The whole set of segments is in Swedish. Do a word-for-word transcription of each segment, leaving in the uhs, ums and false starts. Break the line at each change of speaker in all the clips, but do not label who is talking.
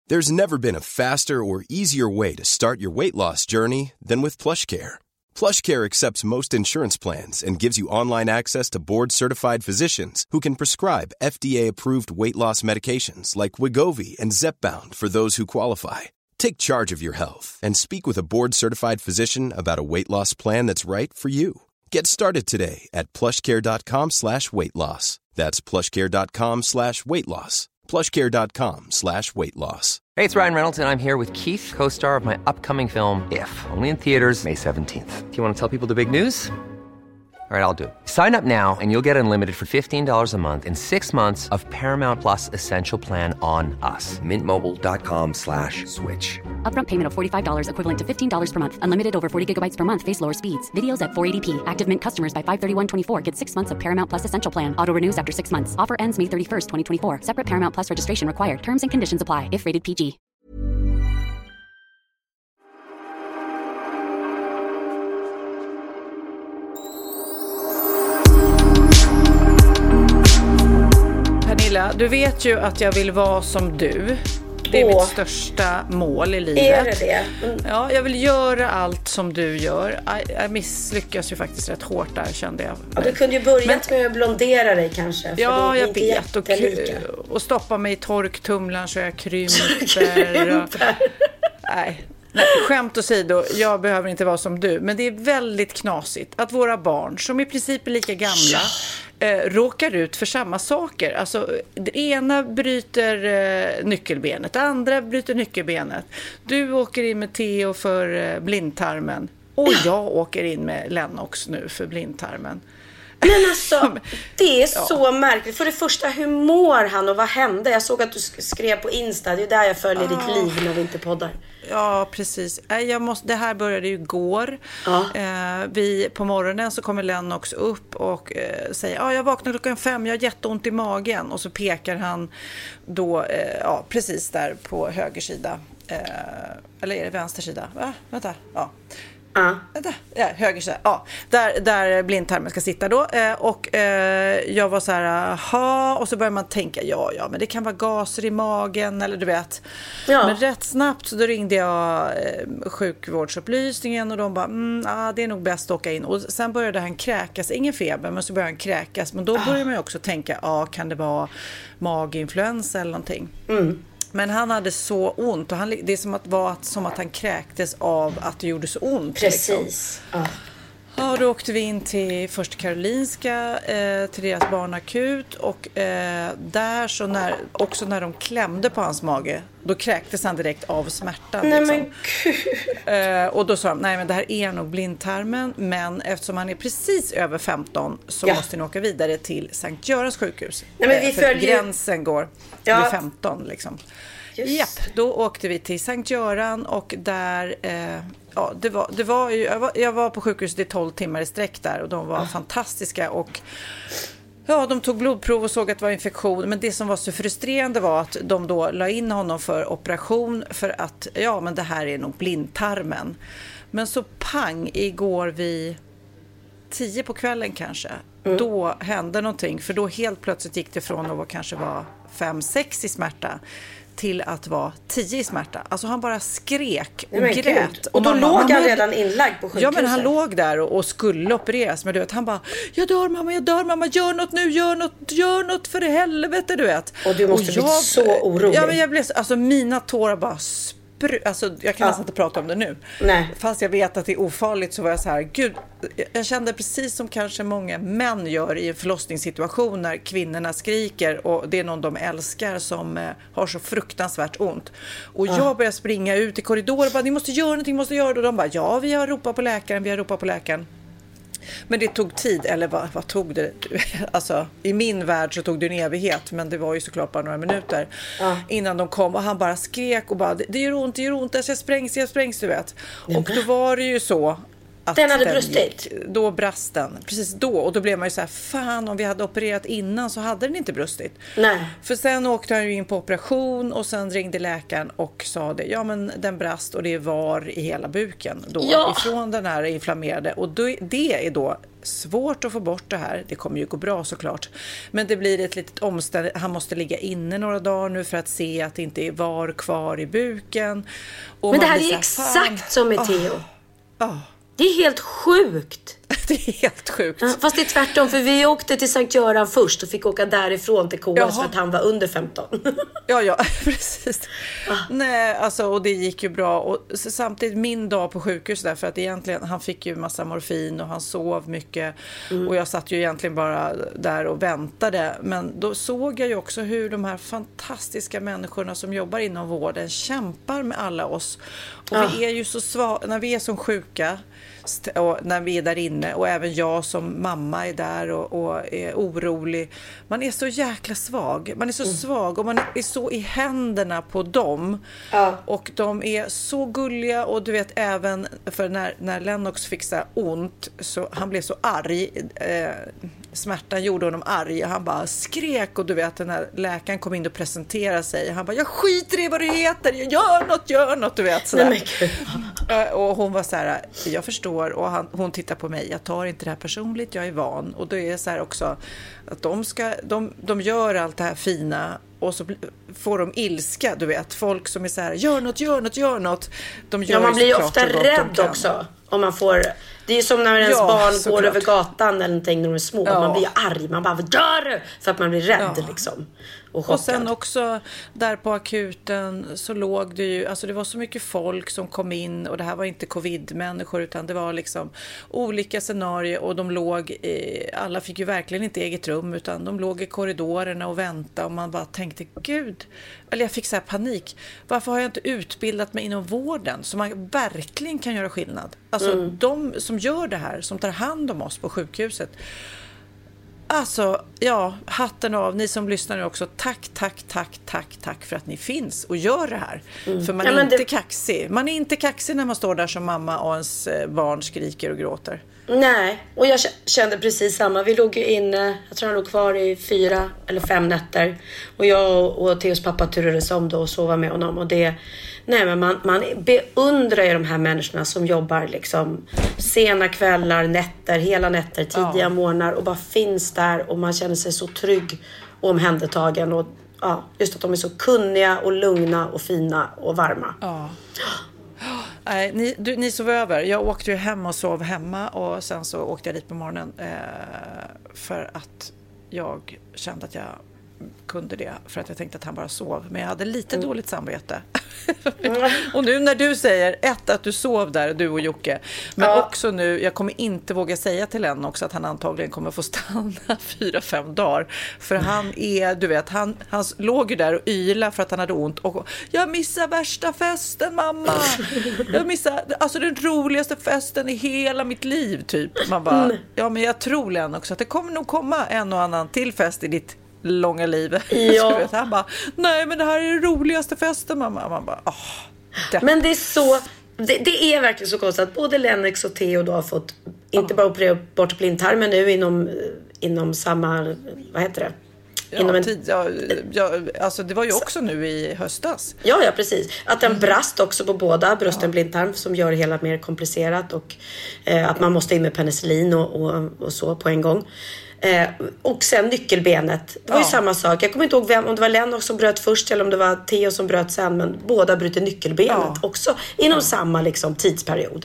There's never been a faster or easier way to start your weight loss journey than with PlushCare. PlushCare accepts most insurance plans and gives you online access to board-certified physicians who can prescribe F D A-approved weight loss medications like Wegovy and Zepbound for those who qualify. Take charge of your health and speak with a board-certified physician about a weight loss plan that's right for you. Get started today at plushcare.com slash weight loss. That's plushcare.com slash weight loss. plushcare.com slash weight loss.
Hey, it's Ryan Reynolds, and I'm here with Keith, co-star of my upcoming film, If, only in theaters May seventeenth. Do you want to tell people the big news? All right, I'll do it. Sign up now and you'll get unlimited for fifteen dollars a month and six months of Paramount Plus Essential Plan on us. Mint Mobile dot com slash switch.
Upfront payment of forty-five dollars equivalent to fifteen dollars per month. Unlimited over forty gigabytes per month. Face lower speeds. Videos at four eighty p. Active Mint customers by five thirty-one twenty-four get six months of Paramount Plus Essential Plan. Auto renews after six months. Offer ends May thirty-first, twenty twenty-four. Separate Paramount Plus registration required. Terms and conditions apply if rated P G.
Pernilla, du vet ju att jag vill vara som du. Det är Åh. mitt största mål i livet.
Är det det? Mm.
Ja, jag vill göra allt som du gör. Jag misslyckas ju faktiskt rätt hårt där, kände jag.
Ja, du kunde ju börjat med att blondera dig kanske. För
ja,
det är
jag vet. Och, och stoppa mig i torktumlaren så jag krymper. Och, nej. Nej, skämt åsido, jag behöver inte vara som du. Men det är väldigt knasigt att våra barn, som i princip är lika gamla, eh, råkar ut för samma saker. Alltså, det ena bryter eh, nyckelbenet, det andra bryter nyckelbenet. Du åker in med Theo för eh, blindtarmen. Och jag åker in med Lennox nu för blindtarmen.
Men alltså, det är så ja. märkligt. För det första, hur mår han och vad hände? Jag såg att du skrev på Insta. Det är där jag följer oh. ditt liv när vi inte poddar.
Ja, precis. Jag måste, det här började ju igår.
Ja.
Eh, vi, på morgonen så kommer Lennox upp och eh, säger ja, ah, jag vaknar klockan fem, jag har jätteont i magen. Och så pekar han då, eh, ja, precis där på höger sida. Eh, eller är det vänster sida? Va? Vänta, ja.
Uh.
Ja, höger sida. Ja, där, där blindtarmen ska sitta då. Eh, och eh, jag var så här, aha. Och så börjar man tänka, ja, ja, men det kan vara gaser i magen. Eller du vet.
Ja.
Men rätt snabbt så då ringde jag eh, sjukvårdsupplysningen. Och de bara, mm, ah, det är nog bäst att åka in. Och sen började han kräkas. Ingen feber, men så började han kräkas. Men då började man ju också tänka, ja, ah, kan det vara maginfluensa eller någonting?
Mm.
Men han hade så ont och han, det är som att, var att, som att han kräktes av att det gjorde så ont.
Precis.
Liksom.
Ja.
Ja, då åkte vi in till först Karolinska, eh, till deras barnakut. Och eh, där så när, också när de klämde på hans mage, då kräktes han direkt av smärtan.
Nej,
liksom.
men gud.
Eh, och då sa de, nej men det här är nog blindtarmen. Men eftersom han är precis över femton så ja. måste ni åka vidare till Sankt Görans sjukhus.
Nej, men vi
eh, för
följer...
gränsen går
ja.
vid femton liksom. Japp, då åkte vi till Sankt Göran och där, eh, ja, det var, det var ju, jag var, jag var på sjukhuset i tolv timmar i sträck där och de var oh. fantastiska och ja, de tog blodprov och såg att det var infektion, men det som var så frustrerande var att de då la in honom för operation för att, ja, men det här är nog blindtarmen. Men så pang, igår vid tio på kvällen kanske, mm. då hände någonting, för då helt plötsligt gick det från att vara, kanske var fem sex i smärta till att vara tio i smärta. Alltså han bara skrek och
Nej,
grät.
Och, och då mamma, låg han mamma, redan inlagd på sjukhuset.
Ja, men han låg där och, och skulle opereras. Men du vet, han bara, jag dör mamma, jag dör mamma, gör något nu, gör något, gör något för helvete, du vet.
Och du måste och jag, bli så orolig.
Ja, men jag blev, alltså mina tårar bara spr- alltså jag kan ja. nästan inte prata om det nu.
Nej.
Fast jag vet att det är ofarligt så var jag så här, gud, jag kände precis som kanske många män gör i en förlossningssituation när kvinnorna skriker och det är någon de älskar som eh, har så fruktansvärt ont. Och ja. jag börjar springa ut i korridoren och bara, ni måste göra någonting, måste göra det. Och de bara, ja, vi har ropat på läkaren, vi har ropat på läkaren. Men det tog tid, eller vad, vad tog det? Alltså, i min värld så tog det en evighet, men det var ju såklart bara några minuter ja. innan de kom. Och han bara skrek och bara, det, det gör ont, det gör ont, jag sprängs, jag sprängs, du vet. Och då var det ju så att
den hade brustit.
Då brast den, precis då. Och då blev man ju så här, fan, om vi hade opererat innan så hade den inte brustit.
Nej.
För sen åkte han ju in på operation och sen ringde läkaren och sa det, ja men den brast och det var i hela buken då,
ja.
ifrån den här inflammerade. Och då, det är då svårt att få bort det här. Det kommer ju gå bra såklart. Men det blir ett litet omständigt. Han måste ligga inne några dagar nu för att se att det inte är var kvar i buken. Och
men det här är
här,
exakt
fan.
som med Theo.
Oh. Oh.
Det är helt sjukt.
Det är helt sjukt.
Ja, fast det är tvärtom, för vi åkte till Sankt Göran först och fick åka därifrån till K S för att han var under femton.
Ja, ja, precis. Ah. Nej, alltså, och det gick ju bra. Och samtidigt min dag på sjukhus där, för att egentligen, han fick ju massa morfin och han sov mycket. Mm. Och jag satt ju egentligen bara där och väntade. Men då såg jag ju också hur de här fantastiska människorna som jobbar inom vården kämpar med alla oss. Och ah. vi är ju så svaga, när vi är så sjuka, och när vi är där inne, och även jag som mamma är där och, och är orolig. Man är så jäkla svag. Man är så mm. svag och man är så i händerna på dem. Ja. Och de är så gulliga, och du vet, även för när, när Lennox fick så ont, så han blev så arg. Eh, smärtan gjorde honom arg. Han bara skrek, och du vet, den här läkaren kom in och presenterade sig. Han bara, jag skiter i vad du heter. Gör något, gör något, du vet.
Nej,
och hon var så här, jag förstår. Och han, hon tittar på mig, jag tar inte det här personligt, jag är van. Och då är det så här också att de, ska, de, de gör allt det här fina, och så får de ilska, du vet. Folk som är så här, gör något, gör något, gör något. De gör, ja,
man blir ju ofta rädd också. Om man får, det är ju som när ens ja, barn går klart. över gatan eller någonting när de är små. Ja. Man blir ju arg, man bara, vad gör du? För att man blir rädd ja. liksom. Och,
och sen också där på akuten så låg det ju, alltså det var så mycket folk som kom in, och det här var inte covid-människor, utan det var liksom olika scenarier, och de låg i, alla fick ju verkligen inte eget rum, utan de låg i korridorerna och väntade, och man bara tänkte, gud, eller jag fick så här panik, varför har jag inte utbildat mig inom vården så man verkligen kan göra skillnad? Alltså mm. de som gör det här, som tar hand om oss på sjukhuset. Alltså, ja, hatten av, ni som lyssnar nu också, tack, tack, tack, tack, tack för att ni finns och gör det här. Mm. För man är ja, inte det... kaxig. Man är inte kaxig när man står där som mamma och ens barn skriker och gråter.
Nej, och jag kände precis samma. Vi låg ju inne, jag tror han låg kvar i fyra eller fem nätter. Och jag och Theos pappa turades om då och sova med honom. Och det, nej men man, man beundrar ju de här människorna som jobbar liksom sena kvällar, nätter, hela nätter, tidiga ja. morgnar. Och bara finns där, och man känner sig så trygg och omhändertagen. Och ja, just att de är så kunniga och lugna och fina och varma.
Ja. Nej, ni, du, ni sov över. Jag åkte ju hem och sov hemma, och sen så åkte jag dit på morgonen eh, för att jag kände att jag kunde det, för att jag tänkte att han bara sov. Men jag hade lite mm. dåligt samvete. Mm. Och nu när du säger ett, att du sov där, du och Jocke, men ja. också nu, jag kommer inte våga säga till en också att han antagligen kommer få stanna fyra, fem dagar. För han är, du vet, han, han låg ju där och yla för att han hade ont, och jag missar värsta festen, mamma. Jag missar, alltså den roligaste festen i hela mitt liv, typ. Man bara, mm. ja men jag tror Len också att det kommer nog komma en och annan till fest i ditt långa liv.
Ja.
Vet, han bara, nej men det här är den roligaste festen, mamma. Man bara, åh,
det. Men det är så, det, det är verkligen så konstigt att både Lennox och Theo då har fått, inte oh. bara operera bort blindtarmen nu inom, inom samma, vad heter det?
Ja, inom en... tid, ja, ja, alltså det var ju också nu i höstas.
Ja, ja, precis. Att den brast också på båda, brösten, ja. blindtarm, som gör det hela mer komplicerat, och eh, att man måste in med penicillin och, och, och så på en gång. Eh, och sen nyckelbenet. Det var ja. ju samma sak. Jag kommer inte ihåg vem, om det var Lennox som bröt först eller om det var Theo som bröt sen, men båda bryter nyckelbenet ja. också inom ja. samma liksom, tidsperiod.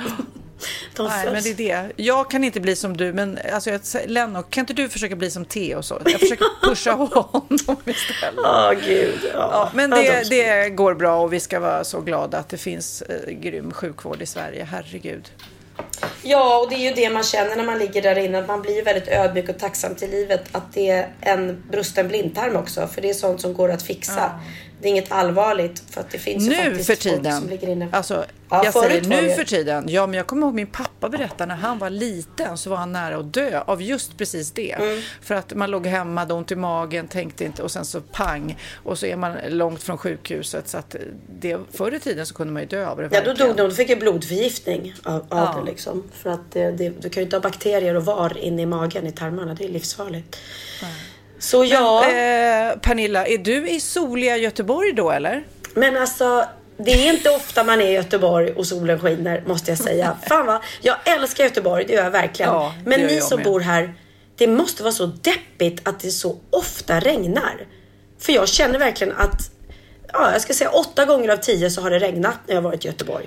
Nej, men det är det. Jag kan inte bli som du, men alltså, jag, Lennox, kan inte du försöka bli som Theo så? Jag försöker pusha honom istället.
Åh, oh, gud. Ja.
Ja, men det, det går bra, och vi ska vara så glada att det finns eh, grym sjukvård i Sverige. Herregud.
Ja, och det är ju det man känner när man ligger där inne. Man blir ju väldigt ödmjuk och tacksam till livet att det är en brusten blindtarm också. För det är sånt som går att fixa. Ja. Det är inget allvarligt, för att det finns
nu
ju faktiskt
för tiden.
Folk som ligger inne.
Alltså, ja, jag säger nu för tiden. Ja, men jag kommer ihåg min pappa berättade när han var liten så var han nära att dö av just precis det. Mm. För att man låg hemma, hade ont i magen, tänkte inte, och sen så pang, och så är man långt från sjukhuset, så att det, förr i tiden så kunde man ju dö av det.
Ja, då dog de, då fick jag blodförgiftning av, av ja. det liksom. För att det, det, du kan ju inte ha bakterier och var inne i magen i tarmarna, det är livsfarligt. Ja. Så ja.
Men, eh, Pernilla, är du i soliga Göteborg då eller?
Men alltså, det är inte ofta man är i Göteborg och solen skiner, måste jag säga. Fan vad, jag älskar Göteborg, det gör jag verkligen. Ja, men ni som med. bor här, det måste vara så deppigt att det så ofta regnar. För jag känner verkligen att, ja, jag ska säga åtta gånger av tio så har det regnat när jag har varit i Göteborg.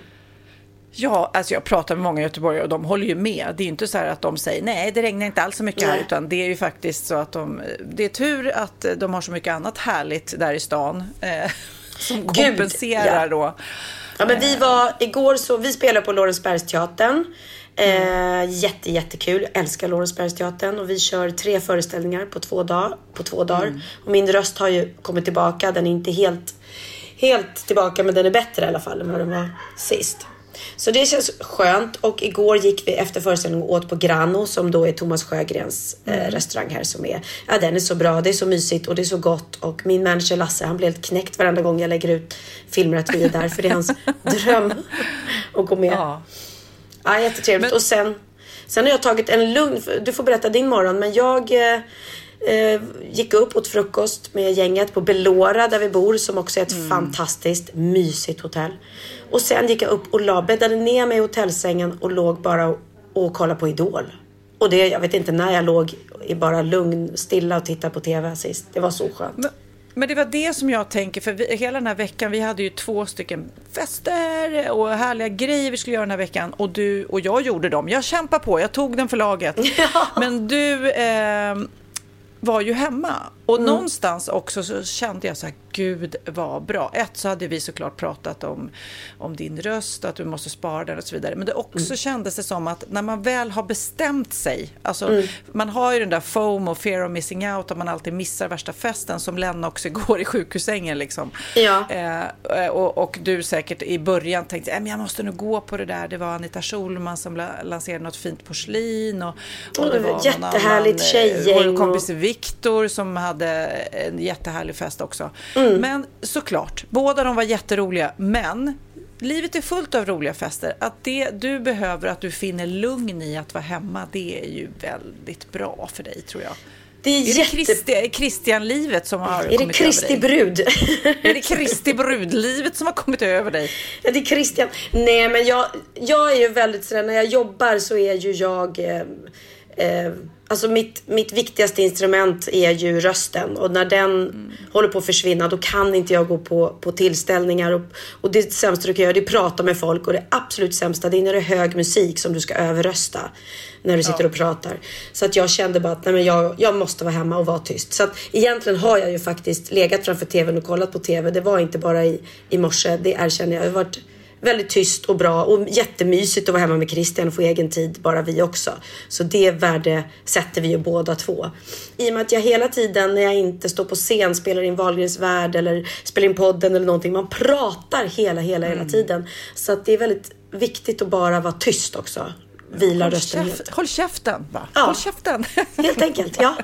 Ja, alltså jag pratar med många göteborgare och de håller ju med. Det är ju inte så här att de säger nej, det regnar inte alls så mycket nej. här, utan det är ju faktiskt så att de, det är tur att de har så mycket annat härligt där i stan eh, som Gud, kompenserar ja. då.
Ja, men vi var igår så vi spelade på Lorensbergsteatern. Mm. Eh, jätte jättekul. Jag älskar Lorensbergsteatern och vi kör tre föreställningar på två dagar på två dagar. Mm. Och min röst har ju kommit tillbaka. Den är inte helt helt tillbaka, men den är bättre i alla fall än vad den var sist. Så det känns skönt. Och igår gick vi efter föreställningen åt på Grano, som då är Thomas Sjögrens mm. eh, restaurang här, som är, ja, den är så bra, det är så mysigt och det är så gott. Och min manager Lasse, han blir helt knäckt varenda gång jag lägger ut filmer att vi är där, för det är hans dröm att gå med. Ja, ja jättetrevligt. Men... Och sen, sen har jag tagit en lugn, du får berätta din morgon, men jag eh, eh, gick upp åt frukost med gänget på Belora där vi bor, som också är ett mm. fantastiskt mysigt hotell. Och sen gick jag upp och la, bäddade ner mig i hotellsängen och låg bara och, och kollade på Idol. Och det, jag vet inte när jag låg i bara lugn, stilla och tittade på tv sist. Det var så skönt.
Men, men det var det som jag tänker, för vi, hela den här veckan, vi hade ju två stycken fester och härliga grejer vi skulle göra den här veckan. Och du och jag gjorde dem. Jag kämpade på, jag tog den för laget. Ja. Men du... Eh, var ju hemma. Och mm. någonstans också så kände jag så här, gud vad bra. Ett, så hade vi såklart pratat om, om din röst, att du måste spara den och så vidare. Men det också mm. kändes det som att när man väl har bestämt sig, alltså mm. man har ju den där FOMO, fear of missing out, att man alltid missar värsta festen, som Lena också går i sjukhussängen liksom.
Ja.
Eh, och, och du säkert i början tänkte, äh, men jag måste nog gå på det där. Det var Anita Schulman som la- lanserade något fint porslin och, och det var
jättehärligt tjejgäng.
Vår kompis Viktor som hade en jättehärlig fest också. Mm. Men såklart, båda de var jätteroliga, men livet är fullt av roliga fester. Att det du behöver, att du finner lugn i att vara hemma, det är ju väldigt bra för dig, tror jag.
Det är, är jätte...
det Kristi, Kristianlivet som har
är
kommit
det Kristi
över dig?
Brud?
Är det Kristi brudlivet som har kommit över dig?
Ja, det är Kristian. Nej, men jag, jag är ju väldigt sådär, när jag jobbar så är ju jag... Eh, eh, Alltså mitt, mitt viktigaste instrument är ju rösten. Och när den mm. håller på att försvinna, då kan inte jag gå på, på tillställningar. Och, och det sämsta du kan göra, det är prata med folk. Och det absolut sämsta, det är när det är hög musik som du ska överrösta. När du sitter ja. och pratar. Så att jag kände bara att nej, men jag, jag måste vara hemma och vara tyst. Så att egentligen har jag ju faktiskt legat framför tvn och kollat på tv. Det var inte bara i, i morse, det erkänner jag. Jag har varit väldigt tyst och bra och jättemysigt att vara hemma med Christian och få egen tid, bara vi också. Så det värde sätter vi ju båda två. I och med att jag hela tiden när jag inte står på scen spelar in Wahlgrens värld eller spelar in podden eller någonting, man pratar hela, hela, hela mm. tiden. Så att det är väldigt viktigt att bara vara tyst också. Vila håll rösten käft, helt.
Håll käften, va?
Ja,
håll käften.
Helt enkelt, ja.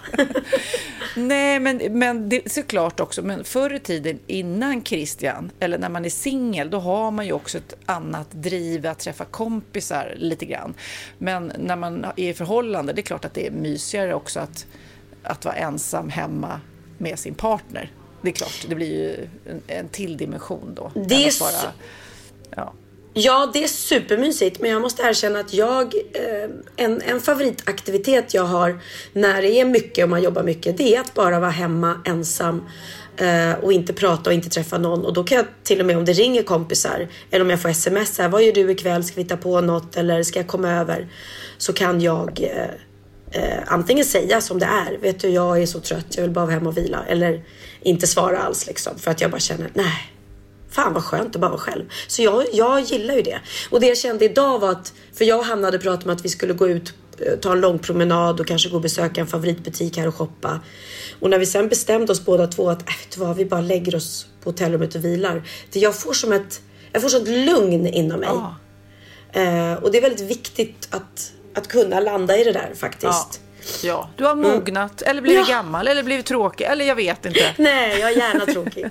Nej, men, men det är såklart också, men förr i tiden innan Christian, eller när man är singel, då har man ju också ett annat driv att träffa kompisar lite grann. Men när man är i förhållande, det är klart att det är mysigare också att, att vara ensam hemma med sin partner. Det är klart, det blir ju en, en till dimension då.
Det är bara, ja. Ja, det är supermysigt, men jag måste erkänna att jag eh, en, en favoritaktivitet jag har när det är mycket och man jobbar mycket, det är att bara vara hemma ensam eh, och inte prata och inte träffa någon. Och då kan jag till och med, om det ringer kompisar eller om jag får sms här, vad gör du ikväll, ska vi ta på något eller ska jag komma över, så kan jag eh, eh, antingen säga som det är, vet du, jag är så trött, jag vill bara vara hemma och vila, eller inte svara alls liksom, för att jag bara känner, nej, fan vad skönt att bara vara själv. Så jag, jag gillar ju det. Och det jag kände idag var att, för jag hamnade och pratade om att vi skulle gå ut, ta en lång promenad och kanske gå och besöka en favoritbutik här och shoppa. Och när vi sen bestämde oss båda två att äh, vet du vad, vi bara lägger oss på hotellrummet och vilar. Det jag får som ett, jag får sånt lugn inom mig. Ah. Eh, och det är väldigt viktigt att, att kunna landa i det där faktiskt.
Ah. Ja, du har mognat, mm. eller blivit ja. gammal, eller blivit tråkig, eller jag vet inte.
Nej, jag är gärna tråkig.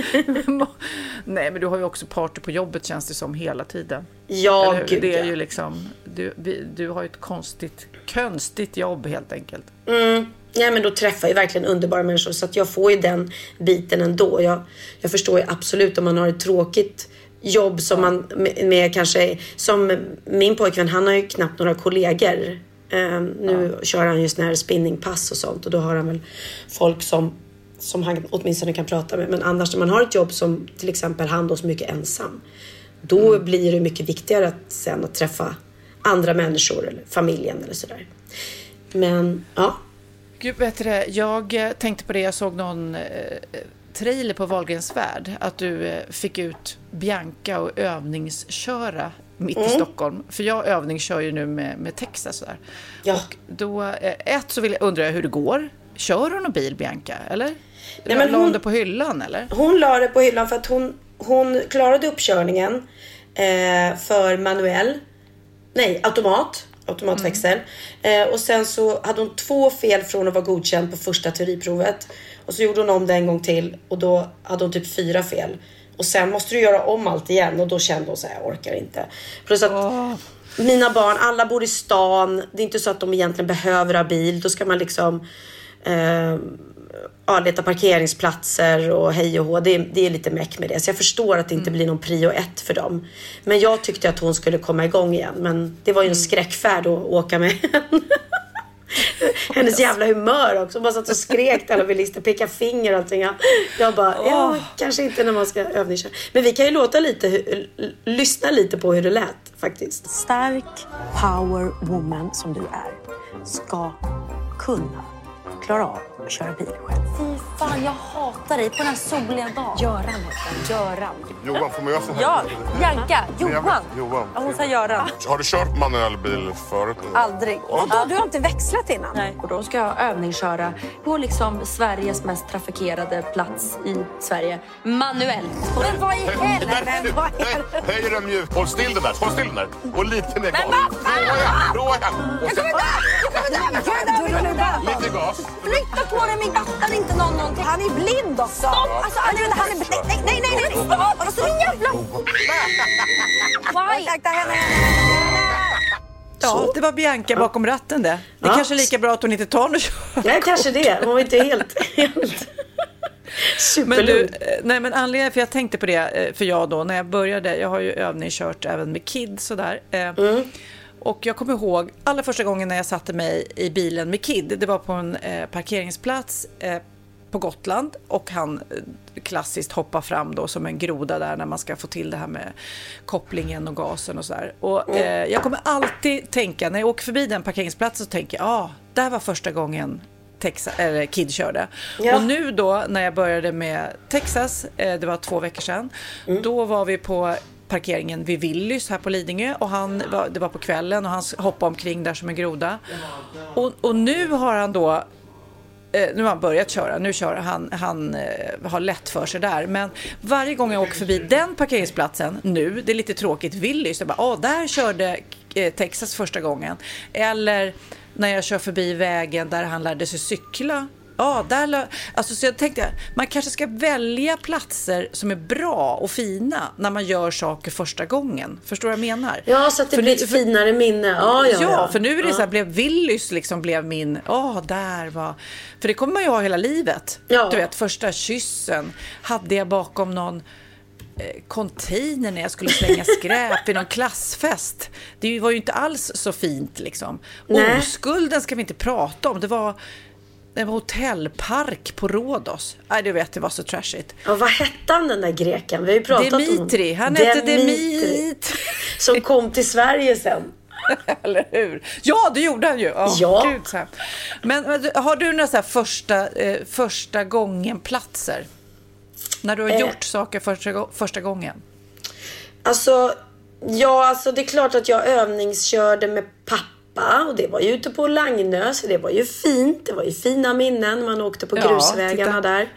Nej, men du har ju också party på jobbet, känns det som, hela tiden.
Ja, gud,
det är
ja.
ju liksom, du, vi, du har ju ett konstigt, konstigt jobb helt enkelt.
Mm. Ja, men då träffar jag verkligen underbara människor. Så att jag får ju den biten ändå. Jag, jag förstår ju absolut om man har ett tråkigt jobb som man med, med kanske... Som min pojkvän, han har ju knappt några kollegor. Um, nu ja. kör han just när spinningpass och sånt. Och då har han väl folk som, som han åtminstone kan prata med. Men annars när man har ett jobb som till exempel han då så mycket ensam. Då mm. blir det mycket viktigare att sen att träffa andra människor eller familjen eller sådär. Men ja.
Gud, vet du, jag tänkte på det, jag såg någon eh, trailer på Wahlgrens värld att du eh, fick ut Bianca och övningsköra mitt mm. i Stockholm. För jag övningskör ju nu med, med Texas där. Ja. Och då, eh, ett så vill jag undra hur det går. Kör hon en bil, Bianca, eller? Nej, men la hon det på hyllan, eller?
Hon la det på hyllan för att hon, hon klarade uppkörningen eh, för manuell, nej, automat. automatväxel. Mm. Eh, och sen så hade hon två fel från att vara godkänd på första teoriprovet. Och så gjorde hon om det en gång till. Och då hade hon typ fyra fel. Och sen måste du göra om allt igen. Och då kände hon så här, jag orkar inte. Plus att oh. mina barn, alla bor i stan. Det är inte så att de egentligen behöver ha bil. Då ska man liksom eh, ja, leta parkeringsplatser och hej och hå. Det, det är lite meck med det. Så jag förstår att det inte mm. blir någon prio ett för dem. Men jag tyckte att hon skulle komma igång igen. Men det var ju en skräckfärd att åka med henne. Hennes jävla humör också. Hon bara satt och skrek alla bilister, peka finger och allting. Jag bara, ja, kanske inte när man ska övningsköra. Men vi kan ju låta lite, lyssna lite på hur det lät faktiskt.
Stark power woman som du är ska kunna klara av att köra bil själv.
Fy fan, jag hatar dig på den här soliga dagen.
Göran heter Göran.
Johan, får man göra så här?
Ja, Bianca, Johan.
Johan.
Ja, hon sa Göran.
Har du kört manuell bil förut?
Aldrig.
Och då, du har inte växlat innan?
Nej. Och då ska jag övningsköra på liksom Sveriges mest trafikerade plats i Sverige. Manuellt. Men vad i helvete?
Höj den mjuk. Håll still den där. Håll still den där. Och lite ner gas.
Men vad fan?
Rå igen.
Jag kommer dö! Jag kommer dö! Jag kommer dö!
Lite gas.
Flytta på dig, min fattar inte någon någonting.
Han är blind också.
Stopp! Alltså, han är, han är, nej, nej, nej, nej, nej, stopp! Alltså, din jävla... Why?
Akta henne.
Ja, det var Bianca bakom ratten det. Det är
ja.
kanske lika bra att hon inte tar något kör.
Nej, kanske det. Hon var inte helt... helt.
Men du, nej men anledningen, för jag tänkte på det, för jag då, när jag började, jag har ju övningskört även med Kid sådär. Mm. Och jag kommer ihåg allra första gången när jag satte mig i bilen med Kid. Det var på en eh, parkeringsplats eh, på Gotland. Och han eh, klassiskt hoppar fram då som en groda där när man ska få till det här med kopplingen och gasen och sådär. Och eh, jag kommer alltid tänka, när jag åker förbi den parkeringsplatsen så tänker jag, ja, ah, där var första gången Texas, eller Kid körde. Ja. Och nu då när jag började med Texas, eh, det var två veckor sedan, mm. då var vi på parkeringen vid Willys här på Lidingö och han var, det var på kvällen och han hoppade omkring där som en groda. Och, och nu har han då eh, nu har han börjat köra. Nu kör han, han eh, har lätt för sig där. Men varje gång jag åker förbi den parkeringsplatsen nu, det är lite tråkigt, Willys, jag bara, ah, där körde eh, Texas första gången. Eller när jag kör förbi vägen där han lärde sig cykla. Ja, där, alltså, så jag tänkte man kanske ska välja platser som är bra och fina när man gör saker första gången. Förstår du vad jag menar?
Ja, så att det för blir ett finare minne. Ja, ja,
ja,
ja.
för nu är det
ja.
så här, blev Willys liksom blev min, ja, där var. För det kommer man ju ha hela livet.
Ja.
Du vet, första kyssen hade jag bakom någon container när jag skulle slänga skräp i någon klassfest. Det var ju inte alls så fint liksom. Nej. Oskulden ska vi inte prata om. Det var en hotellpark på Rhodos. Nej, du vet, det var så trashigt.
Och vad hette han, den där greken? Vi har ju pratat
Dimitri.
om
han hette Dimitri.
Som kom till Sverige sen.
Eller hur? Ja, det gjorde han ju. Oh,
ja.
Gud, så här. Men har du några så här första, eh, första gången platser? När du har eh. gjort saker första, första gången?
Alltså, ja, alltså det är klart att jag övningskörde med pappa. Och det var ju ute på Lagnö, så det var ju fint. Det var ju fina minnen. Man åkte på ja, grusvägarna titta. där.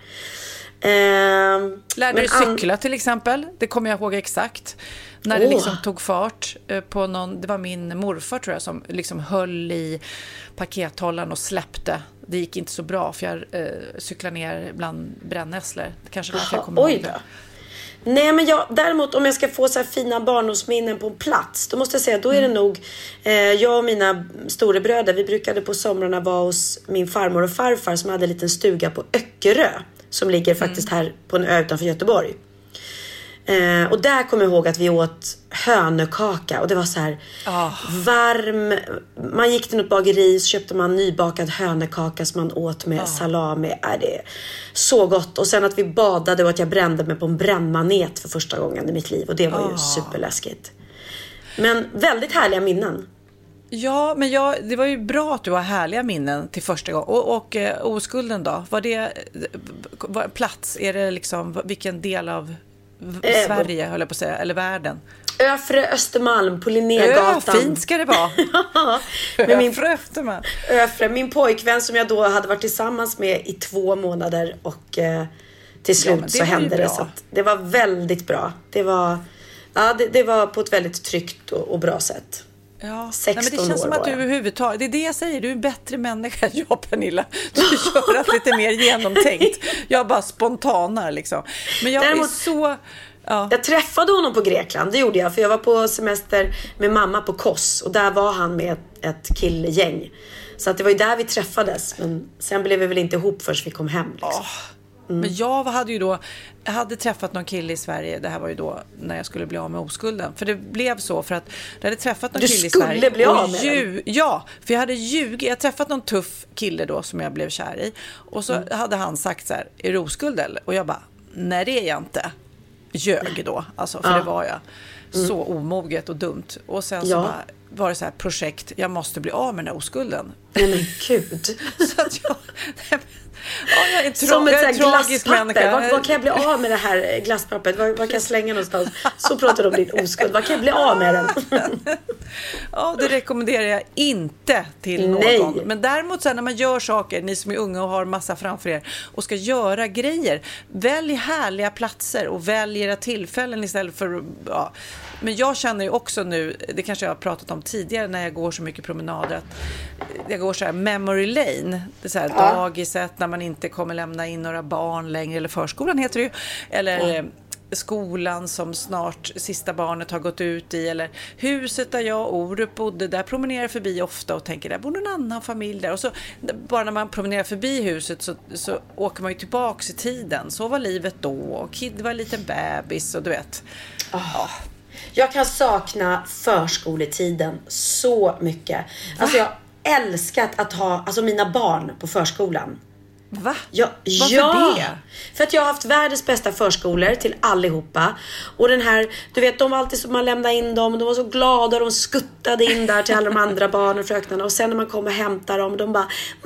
Eh,
Lärde du cykla an- till exempel? Det kommer jag ihåg exakt. När oh. det liksom tog fart på någon, det var min morfar tror jag som liksom höll i pakethållaren och släppte. Det gick inte så bra för jag eh, cyklade ner bland brännässlor. Kanske därför jag kommer ihåg det.
Nej, men jag, däremot om jag ska få så här fina barndomsminnen på plats, då måste jag säga, då är det mm. nog eh, jag och mina storebröder, vi brukade på somrarna vara hos min farmor och farfar som hade en liten stuga på Öckerö som ligger faktiskt mm. här på en ö utanför Göteborg. Eh, och där kommer jag ihåg att vi åt hönökaka och det var så här oh. varm, man gick till något bageri så köpte man nybakad hönökaka som man åt med oh. salami. Äh, det är så gott. Och sen att vi badade och att jag brände mig på en brännmanet för första gången i mitt liv och det var oh. ju superläskigt. Men väldigt härliga minnen.
Ja, men jag, det var ju bra att du har härliga minnen till första gången. Och, och eh, oskulden då? Var det var, plats? Är det liksom vilken del av v- Sverige, höll jag på att säga, eller världen?
Öfre Östermalm på Linnégatan.
Ö, fint ska det vara.
Med min,
Öfre Östermalm.
Öfre, min pojkvän som jag då hade varit tillsammans med i två månader och eh, till slut ja, så hände det. Så att det var väldigt bra. Det var, ja, det, det var på ett väldigt tryggt och, och bra sätt.
Ja, nej, men det känns som att du överhuvudtaget, det är det jag säger, du är en bättre människa än jag, Pernilla. Du kör att lite mer genomtänkt. Jag bara spontanar liksom. Men jag Däremot, är så... Ja.
Jag träffade honom på Grekland, det gjorde jag. För jag var på semester med mamma på Kos och där var han med ett, ett killgäng. Så att det var ju där vi träffades. Men sen blev vi väl inte ihop förrän vi kom hem liksom.
Oh. Mm. Men jag hade ju då jag hade träffat någon kille i Sverige. Det här var ju då när jag skulle bli av med oskulden. För det blev så för att jag hade träffat någon
du
kille i Sverige.
Du skulle bli av med
ju, Ja, för jag hade ljugit. Jag hade träffat någon tuff kille då som jag blev kär i. Och så mm. hade han sagt så här, är du oskuld eller? Och jag bara, nej det är jag inte. Ljög då, alltså, för ja. det var jag. Mm. Så omoget och dumt. Och sen så ja. bara var det så här projekt, jag måste bli av med den här oskulden.
Nej men gud.
Så att jag... Ja, jag är
som ett sånt glasspapper. Var, var kan jag bli av med det här glasspappret? Var, var kan jag slänga någonstans? Så pratar du om din oskuld. Var kan jag bli av med den?
Ja, det rekommenderar jag inte till någon. Nej. Men däremot så när man gör saker, ni som är unga och har massa framför er och ska göra grejer, välj härliga platser och välj era tillfällen istället för... Ja. Men jag känner ju också nu, det kanske jag har pratat om tidigare när jag går så mycket promenader, att jag går så här memory lane, det är så här ja. dagiset när man inte kommer lämna in några barn längre, eller förskolan heter det ju, eller ja. skolan som snart sista barnet har gått ut i, eller huset där jag och Orup bodde, där promenerar jag förbi ofta och tänker, där bor någon annan familj där, och så bara när man promenerar förbi huset så, så åker man ju tillbaks i tiden, så var livet då och Kid var en liten bebis och du vet oh. ja.
Jag kan sakna förskoletiden så mycket. Va? Alltså jag älskat att ha alltså mina barn på förskolan.
Va?
Ja,
Varför
ja.
det?
För att jag har haft världens bästa förskolor till allihopa. Och den här, du vet, de var alltid som man lämnade in dem. De var så glada, de skuttade in där till alla de andra barnen och fröknarna. Och sen när man kom och hämtade dem, de bara,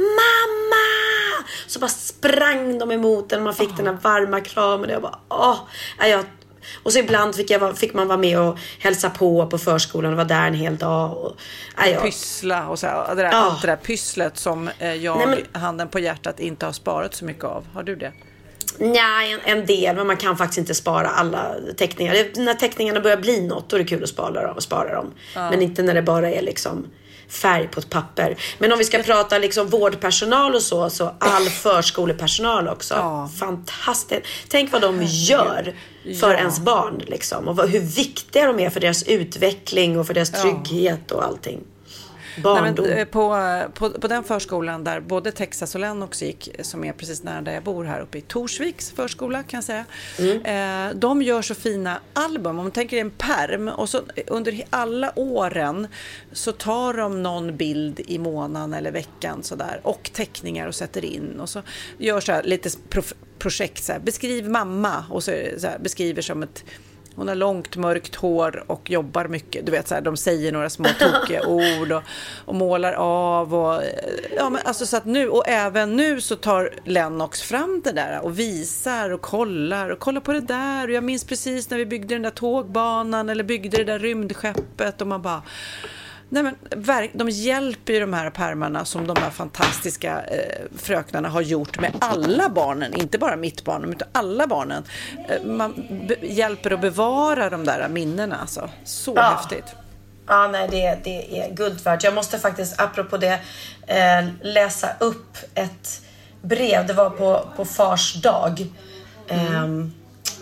mamma! Så bara sprang de emot den och man fick oh. den här varma kramen. Och jag bara, åh, jag... Och så ibland fick, jag, fick man vara med och hälsa på på förskolan och vara där en hel dag. Och,
aj, ja. Pyssla och så här, det där, ja. allt det där pysslet som jag, Nej, men, handen på hjärtat, inte har sparat så mycket av. Har du det?
Nej, en, en del, men man kan faktiskt inte spara alla teckningar. När teckningarna börjar bli något, då är det kul att spara dem. Spara dem. Ja. Men inte när det bara är liksom färg på ett papper. Men om vi ska prata liksom vårdpersonal och så, så all förskolepersonal också. Ja. Fantastiskt. Tänk vad de gör för ja. ens barn liksom. Och hur viktiga de är för deras utveckling och för deras trygghet ja. och allting.
Nej, men på, på, på den förskolan där både Texas och Lennox gick, som är precis nära där jag bor här uppe i Torsviks förskola kan jag säga. Mm. Eh, de gör så fina album. Om man tänker en perm och så under alla åren så tar de någon bild i månaden eller veckan så där, och teckningar och sätter in och så gör så här lite prof- projekt så här, beskriv mamma och så, så här, beskriver som ett hon har långt mörkt hår och jobbar mycket. Du vet så här, de säger några små tokiga ord och, och målar av och ja men alltså så att nu och även nu så tar Lennox fram det där och visar och kollar och kollar på det där och jag minns precis när vi byggde den där tågbanan eller byggde det där rymdskeppet och man bara Nej, men de hjälper ju de här pärmarna som de här fantastiska eh, fröknarna har gjort med alla barnen, inte bara mitt barn utan alla barnen. Eh, man be- hjälper att bevara de där minnena alltså. Så ja. häftigt.
Ja, nej, det, det är guld värt. Jag måste faktiskt, apropå det, eh, läsa upp ett brev. Det var på, på fars dag. Eh, mm.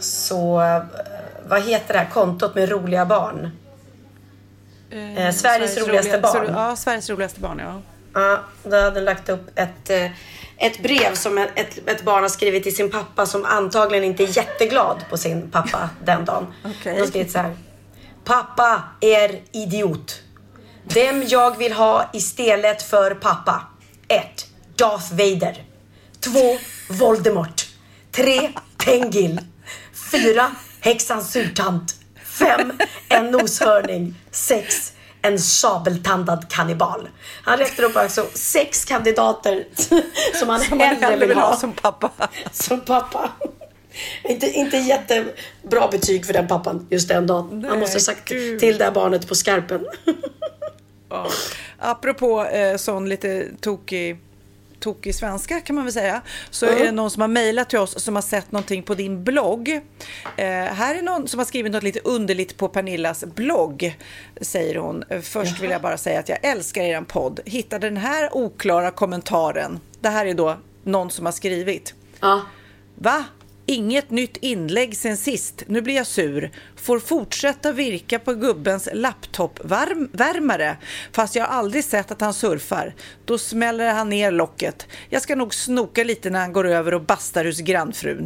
så vad heter det här kontot med roliga barn? Eh, Sveriges, Sveriges roligaste roliga, barn.
Ja, Sveriges roligaste barn, ja.
Ja, då hade lagt upp ett, ett brev som ett, ett barn har skrivit till sin pappa, som antagligen inte är jätteglad på sin pappa den dagen.
Okay.
De har skrivit så här: pappa är idiot. Vem jag vill ha istället för pappa: ett. Darth Vader. två. Voldemort. tre. Tengil. fyra. Häxans surtant. fem. En noshörning. sex. En sabeltandad kannibal. Han räknar upp alltså sex kandidater som han som hellre, hellre vill ha, ha
som pappa.
Som pappa. Inte, inte jättebra betyg för den pappan just den dagen. Nej, han måste ha sagt Gud. Till det här barnet på skarpen.
Ja. Apropå eh, sån lite tokig tokig svenska kan man väl säga, så mm. är det någon som har mejlat till oss som har sett någonting på din blogg. Eh, här är någon som har skrivit något lite underligt på Pernillas blogg, säger hon. Först Jaha. vill jag bara säga att jag älskar er podd. Hittade den här oklara kommentaren. Det här är då någon som har skrivit.
Ja.
Va? Inget nytt inlägg sen sist. Nu blir jag sur. Får fortsätta virka på gubbens laptopvärmare. Fast jag har aldrig sett att han surfar. Då smäller han ner locket. Jag ska nog snoka lite när han går över och bastar hos grannfrun.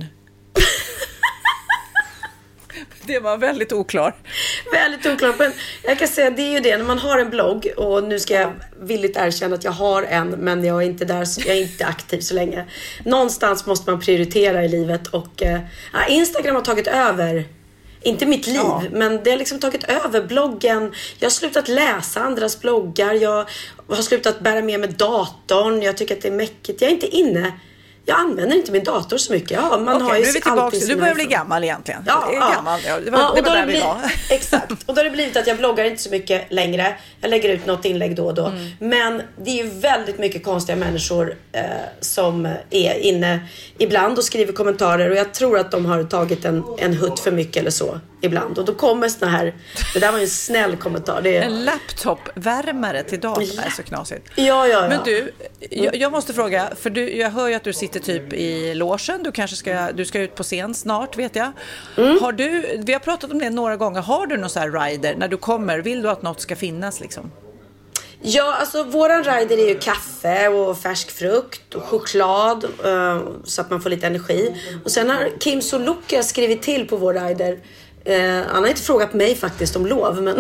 Det var väldigt oklar.
Väldigt oklar. Men jag kan säga, det är ju det när man har en blogg, och nu ska jag villigt erkänna att jag har en, men jag är inte där, jag är inte aktiv så länge. Någonstans måste man prioritera i livet, och äh, Instagram har tagit över, inte mitt liv, ja. men det har liksom tagit över bloggen. Jag har slutat läsa andras bloggar, jag har slutat bära med mig datorn, jag tycker att det är mäckigt, jag är inte inne. Jag använder inte min dator så mycket. Ja, man
Okej,
har ju
nu är vi tillbaka. Du börjar bli gammal egentligen.
Ja, ja.
Gammal. Ja, det var, ja, och det var där vi var.
Exakt. Och då har det blivit att jag bloggar inte så mycket längre. Jag lägger ut något inlägg då och då. Mm. Men det är ju väldigt mycket konstiga människor eh, som är inne ibland och skriver kommentarer. Och jag tror att de har tagit en, en hutt för mycket eller så ibland. Och då kommer såna här... Det där var ju en snäll kommentar. Det är...
En laptopvärmare till datorn är så knasigt.
Ja, ja, ja.
Men du, jag, jag måste fråga. För du, jag hör ju att du sitter typ i logen. Du kanske ska, du ska ut på scen snart, vet jag. Mm. Har du, vi har pratat om det några gånger. Har du någon så här rider när du kommer? Vill du att något ska finnas liksom?
Ja, alltså våran rider är ju kaffe och färsk frukt och choklad, uh, så att man får lite energi. Och sen har Kim Sulocka skrivit till på vår rider. Uh, han har inte frågat mig faktiskt om lov, men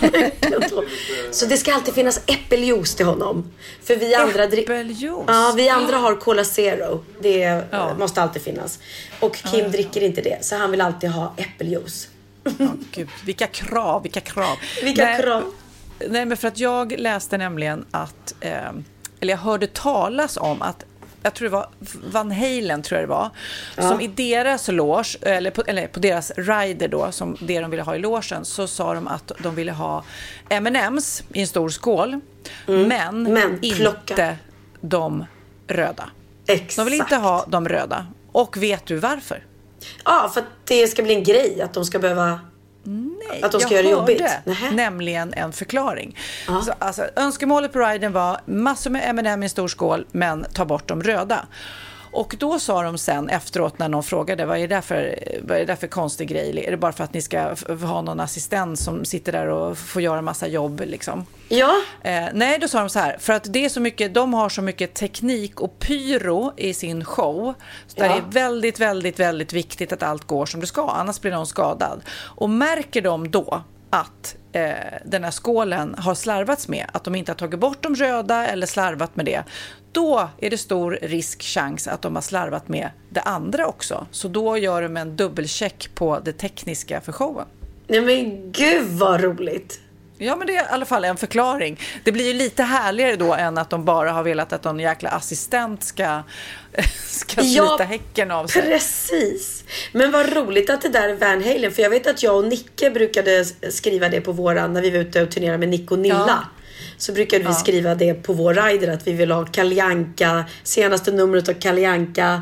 så det ska alltid finnas äppeljuice till honom. För vi andra
äppeljuice?
Ja, vi andra har Cola Zero. Det ja. måste alltid finnas. Och Kim ja, ja. dricker inte det, så han vill alltid ha äppeljuice.
Oh, Gud, vilka krav, vilka krav.
Vilka Nej. krav.
Nej, men för att jag läste nämligen att, eh, eller jag hörde talas om att, jag tror det var Van Halen tror jag det var, ja. som i deras loge, eller på, eller på deras rider då, som det de ville ha i logen, så sa de att de ville ha M and M's i en stor skål, mm. men, men inte de röda.
Exakt.
De vill inte ha de röda. Och vet du varför?
Ja, för att det ska bli en grej, att de ska behöva...
Nej,
att de ska
jag
göra jobbigt.
hörde nämligen en förklaring. Så, alltså, önskemålet på riden var massor med M and M i en stor skål, men ta bort de röda. Och då sa de sen efteråt när någon frågade, vad är det för, vad är det för konstig grej? Är det bara för att ni ska f- ha någon assistent som sitter där och får göra en massa jobb liksom?
Ja.
Eh, nej, då sa de så här, för att det är så mycket, de har så mycket teknik och pyro i sin show. Så ja. det är väldigt, väldigt, väldigt viktigt att allt går som det ska, annars blir någon skadad. Och märker de då att eh, den här skålen har slarvats med, att de inte har tagit bort de röda eller slarvat med det, då är det stor risk, chans att de har slarvat med det andra också. Så då gör de en dubbelcheck på det tekniska för showen.
Nej men gud vad roligt.
Ja, men det är i alla fall en förklaring. Det blir ju lite härligare då än att de bara har velat att någon jäkla assistent ska, ska slita ja, häcken av sig.
Precis. Men vad roligt att det där är Van Halen. För jag vet att jag och Nicke brukade skriva det på våran, när vi var ute och turnerade med Nick och Nilla. Ja. Så brukade vi ja. skriva det på vår rider, att vi vill ha Kalle Anka, senaste numret av Kalle Anka,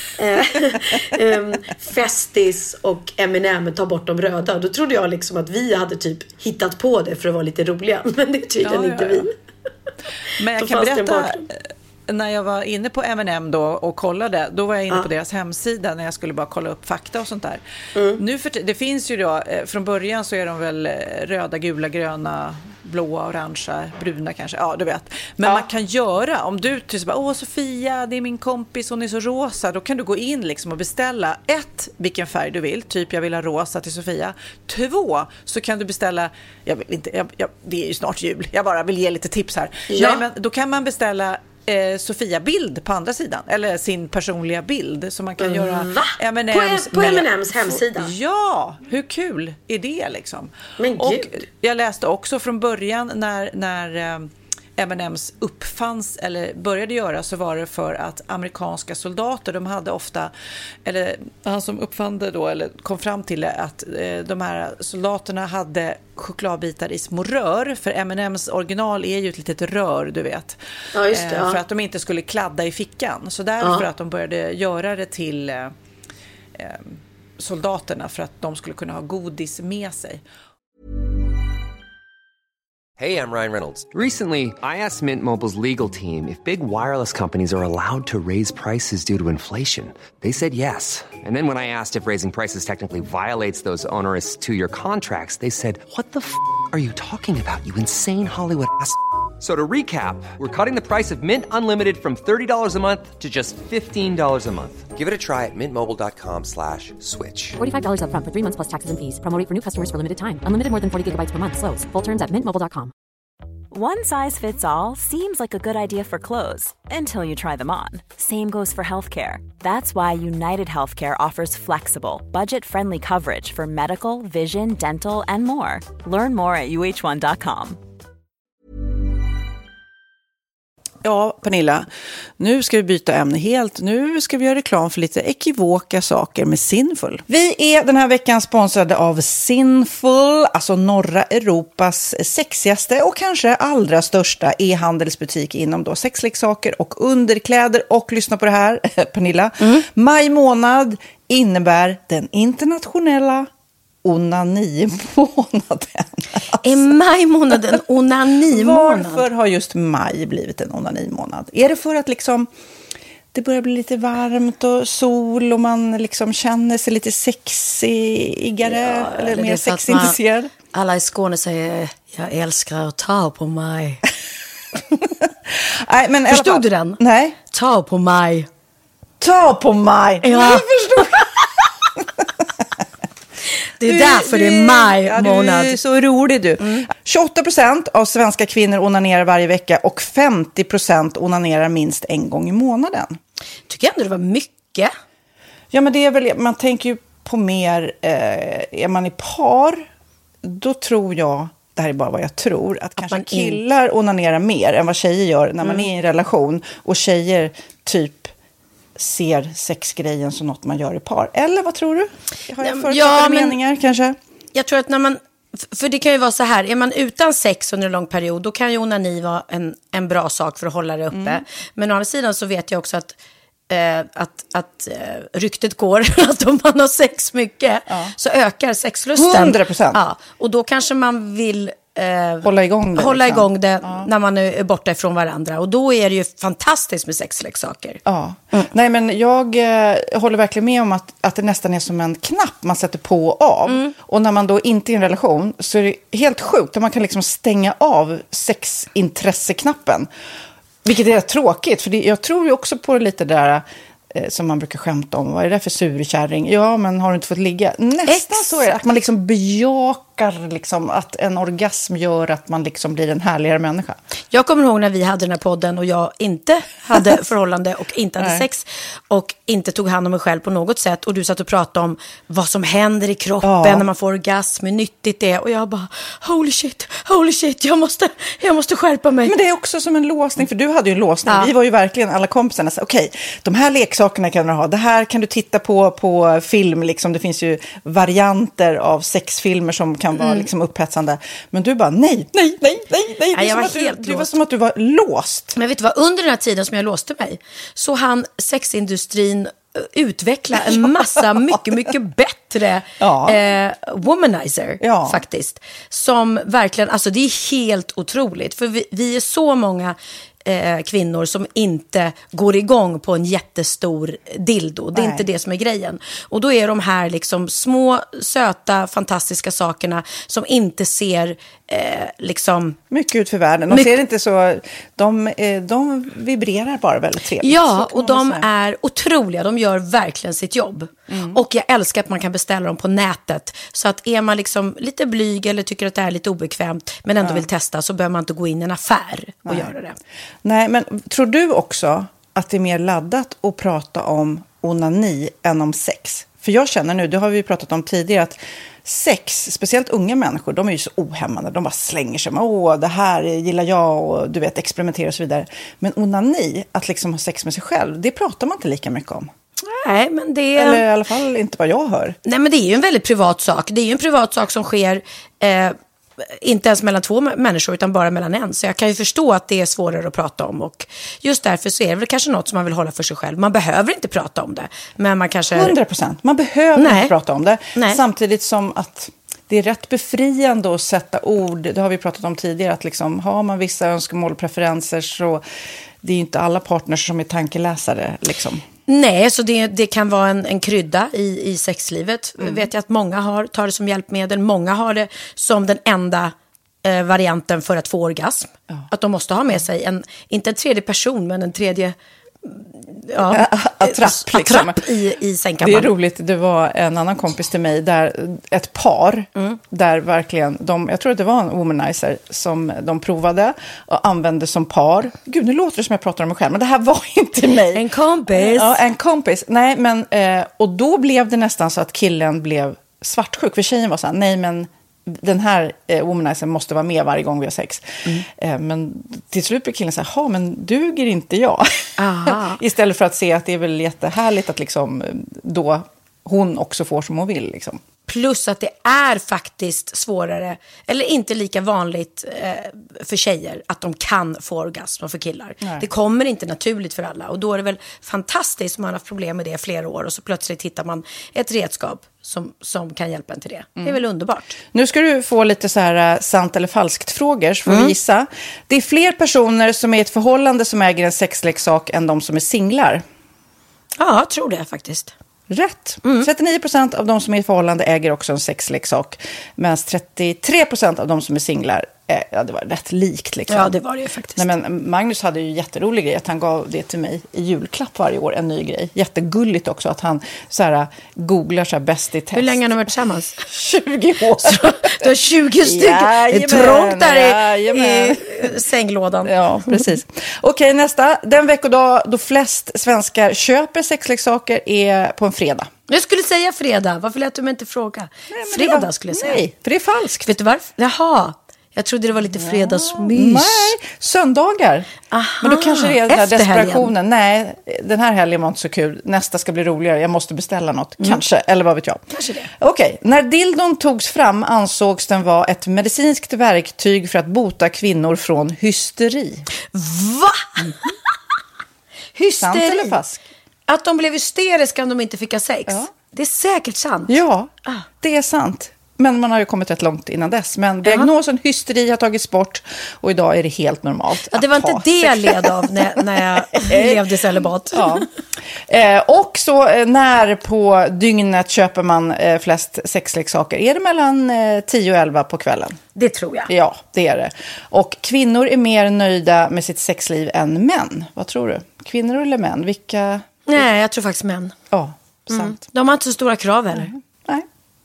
um, Festis och M and M, ta bort de röda. Då trodde jag liksom att vi hade typ hittat på det för att vara lite roliga, men det är tydligen ja, inte ja, ja.
vi. Men jag kan berätta, när jag var inne på M and M då och kollade, då var jag inne
ja.
på deras hemsida när jag skulle bara kolla upp fakta och sånt där.
Mm.
Nu för, det finns ju då, från början så är de väl röda, gula, gröna, blåa, orangea, bruna kanske. Ja, du vet. Men ja. man kan göra, om du till exempel, åh Sofia, det är min kompis, hon är så rosa. Då kan du gå in liksom och beställa ett, vilken färg du vill. Typ jag vill ha rosa till Sofia. Två, så kan du beställa, jag vill inte, jag, jag, det är ju snart jul. Jag bara vill ge lite tips här. Ja. Nej, men då kan man beställa Eh, Sofia-bild på andra sidan. Eller sin personliga bild. Så man kan mm, göra M and M's
på, på M and M's hemsida.
Ja, hur kul är det liksom?
Men
och
Gud.
Jag läste också från början när, när eh, M and M's uppfanns eller började göra, så var det för att amerikanska soldater, de hade ofta, eller han som uppfann det då, eller kom fram till det, att eh, de här soldaterna hade chokladbitar i små rör, för M and M's original är ju ett litet rör, du vet.
Ja, just det, ja.
eh, för att de inte skulle kladda i fickan. Så därför
ja.
att de började göra det till eh, eh, soldaterna, för att de skulle kunna ha godis med sig.
Hey, I'm Ryan Reynolds. Recently, I asked Mint Mobile's legal team if big wireless companies are allowed to raise prices due to inflation. They said yes. And then when I asked if raising prices technically violates those onerous two-year contracts, they said, what the f*** are you talking about, you insane Hollywood ass f- So to recap, we're cutting the price of Mint Unlimited from thirty dollars a month to just fifteen dollars a month. Give it a try at mintmobile.com slash switch.
forty-five dollars up front for three months plus taxes and fees. Promo rate for new customers for limited time. Unlimited more than forty gigabytes per month. Slows full terms at mint mobile dot com.
One size fits all seems like a good idea for clothes until you try them on. Same goes for healthcare. That's why United Healthcare offers flexible, budget-friendly coverage for medical, vision, dental, and more. Learn more at u h one dot com.
Ja, Pernilla, nu ska vi byta ämne helt. Nu ska vi göra reklam för lite ekivoka saker med Sinful. Vi är den här veckan sponsrade av Sinful, alltså norra Europas sexigaste och kanske allra största e-handelsbutik inom då sexleksaker och underkläder. Och lyssna på det här, Pernilla. Mm. Maj månad innebär den internationella onani-månaden. Alltså.
Är maj månaden onani-månad?
Varför har just maj blivit en onani-månad? Är det för att liksom det börjar bli lite varmt och sol och man liksom känner sig lite sexigare
ja,
eller, eller mer sexintresserad?
Alla i Skåne säger jag älskar att ta på mig.
Nej, men
förstod
fall,
du den?
Nej.
Ta på mig.
Ta på mig.
Ja. Jag förstod. Det är du, därför det är maj ja, månad.
Du är så rolig du. Mm. tjugoåtta procent av svenska kvinnor onanerar varje vecka och femtio procent onanerar minst en gång i månaden.
Tycker jag ändå det var mycket.
Ja, men det är väl, man tänker ju på mer, eh, är man i par, då tror jag, det här är bara vad jag tror, att, att kanske killar in... onanerar mer än vad tjejer gör när man mm. är i en relation. Och tjejer typ ser sexgrejen som något man gör i par. Eller vad tror du? Har jag förutsatta ja, meningar kanske?
Jag tror att när man, för det kan ju vara så här, är man utan sex under en lång period, då kan ju onani vara en, en bra sak för att hålla det uppe. Mm. Men å andra sidan så vet jag också att eh, att, att eh, ryktet går att om man har sex mycket ja. så ökar sexlusten.
hundra procent.
Ja, och då kanske man vill Eh,
hålla igång det,
hålla
liksom.
igång det
ja.
när man är borta ifrån varandra. Och då är det ju fantastiskt med sexleksaker.
Ja. Mm. Nej, men jag eh, håller verkligen med om att, att det nästan är som en knapp man sätter på och av. Mm. Och när man då inte är i en relation så är det helt sjukt att man kan liksom stänga av sexintresseknappen. Vilket är tråkigt, för det, jag tror ju också på det lite där eh, som man brukar skämta om. Vad är det för surkärring? Ja, men har du inte fått ligga? Nästan Exakt. Så är det. Att man liksom bejakar liksom, att en orgasm gör att man liksom blir en härligare människa.
Jag kommer ihåg när vi hade den här podden och jag inte hade förhållande och inte hade sex och inte tog hand om mig själv på något sätt. Och du satt och pratade om vad som händer i kroppen ja. när man får orgasm, hur nyttigt det är. Och jag bara, holy shit, holy shit, jag måste, jag måste skärpa mig.
Men det är också som en låsning, för du hade ju en låsning. Ja. Vi var ju verkligen alla kompisarna. Okej, okay, de här leksakerna kan du ha. Det här kan du titta på på film. Liksom. Det finns ju varianter av sexfilmer som kan vara mm. liksom upphetsande. Men du bara, nej, nej, nej, nej, nej.
nej jag var
helt
du,
det var som att du var låst.
Men vet du vad, under den här tiden som jag låste mig så han sexindustrin utveckla en massa mycket, mycket bättre ja. eh, womanizer ja. faktiskt. Som verkligen, alltså det är helt otroligt. För vi, vi är så många eh, kvinnor som inte går igång på en jättestor dildo. Det är
Nej.
inte det som är grejen. Och då är de här liksom små, söta, fantastiska sakerna som inte ser eh, liksom...
Mycket ut för världen. De
mycket...
ser inte så... De, eh, de vibrerar bara väldigt trevligt.
Ja, och de är otroliga. De gör verkligen sitt jobb. Mm. Och jag älskar att man kan beställa dem på nätet. Så att är man liksom lite blyg eller tycker att det är lite obekvämt men ändå ja. vill testa, så behöver man inte gå in i en affär och
Nej.
göra det.
Nej, men tror du också att det är mer laddat att prata om onani än om sex? För jag känner nu, det har vi ju pratat om tidigare, att sex, speciellt unga människor, de är ju så ohämmande. De bara slänger sig med, åh, det här gillar jag, och du vet, experimentera och så vidare. Men onani, att liksom ha sex med sig själv, det pratar man inte lika mycket om.
Nej, men det...
Eller i alla fall inte vad jag hör.
Nej, men det är ju en väldigt privat sak. Det är ju en privat sak som sker... Eh, inte ens mellan två människor utan bara mellan en. Så jag kan ju förstå att det är svårare att prata om. Och just därför så är det väl kanske något som man vill hålla för sig själv. Man behöver inte prata om det. Men man kanske...
hundra procent. Man behöver
Nej.
inte prata om det.
Nej.
Samtidigt som att det är rätt befriande att sätta ord. Det har vi pratat om tidigare. Att liksom, har man vissa önskemål och preferenser, så det är ju inte alla partners som är tankeläsare liksom.
Nej, så det, det kan vara en, en krydda i, i sexlivet. Mm. Vet jag att många har, tar det som hjälpmedel. Många har det som den enda eh, varianten för att få orgasm. Ja. Att de måste ha med sig, en, inte en tredje person, men en tredje... Ja,
attrapp, liksom.
attrapp i, i sängkammaren.
Det är roligt, det var en annan kompis till mig där ett par mm. där verkligen de, jag tror att det var en womanizer som de provade och använde som par. Gud, nu låter det som jag pratar om mig själv, men det här var inte mig.
En kompis.
Ja, en kompis. Nej, men eh, och då blev det nästan så att killen blev svartsjuk, för tjejen var så här, nej men den här eh, womanizern måste vara med varje gång vi har sex. Mm. Eh, men till slut blir killen så här, ja men duger inte jag? Istället för att se att det är väl jättehärligt att liksom då hon också får som hon vill liksom.
Plus att det är faktiskt svårare, eller inte lika vanligt eh, för tjejer att de kan få orgasm för killar. Nej. Det kommer inte naturligt för alla. Och då är det väl fantastiskt om man har haft problem med det i flera år och så plötsligt hittar man ett redskap som, som kan hjälpa en till det. Mm. Det är väl underbart.
Nu ska du få lite så här sant eller falskt frågor, så får mm. vi gissa. Det är fler personer som är i ett förhållande som äger en sexleksak än de som är singlar.
Ja, jag tror det faktiskt.
Rätt. Mm. trettionio procent av de som är i förhållande äger också en sexleksak. Medan trettiotre procent av de som är singlar, eh, ja det var rätt likt liksom.
Ja, det var det faktiskt.
Nej, men Magnus hade ju jätterolig grej att han gav det till mig i julklapp varje år, en ny grej. Jättegulligt också att han så här, googlar så här bäst i test.
Hur länge har ni varit tillsammans?
tjugo år. Så,
du har tjugo stycken. Det är trångt där i, i sänglådan.
Ja, precis. Okej, nästa. Den veckodag då flest svenskar köper sexleksaker är på en fredag.
Jag skulle säga fredag. Varför lät du mig inte fråga? Nej, fredag var, skulle jag säga.
Nej, för det är falskt.
Vet du varför? Jaha. Jag trodde det var lite fredagsmys.
Nej, söndagar. Aha, men då kanske det är den här desperationen. Helgen. Nej, den här helgen var inte så kul. Nästa ska bli roligare. Jag måste beställa något. Mm. Kanske, eller vad vet jag.
Kanske det.
Okej, när dildon togs fram ansågs den vara ett medicinskt verktyg för att bota kvinnor från hysteri.
Va? Hysteri?
Sant eller falskt?
Att de blev hysteriska om de inte fick ha sex. Ja. Det är säkert sant.
Ja, ah. det är sant. Men man har ju kommit rätt långt innan dess. Men diagnosen hysteri har tagits bort. Och idag är det helt normalt.
Ja, det var inte det jag led av när, när jag levde celibat.
Ja. Eh, och så eh, när på dygnet köper man eh, flest sexleksaker? Är det mellan eh, tio och elva på kvällen?
Det tror jag.
Ja, det är det. Och kvinnor är mer nöjda med sitt sexliv än män. Vad tror du? Kvinnor eller män? Vilka...
Nej, jag tror faktiskt män.
Ja, sant.
Mm. De har inte så stora krav heller.
Mm. Nej.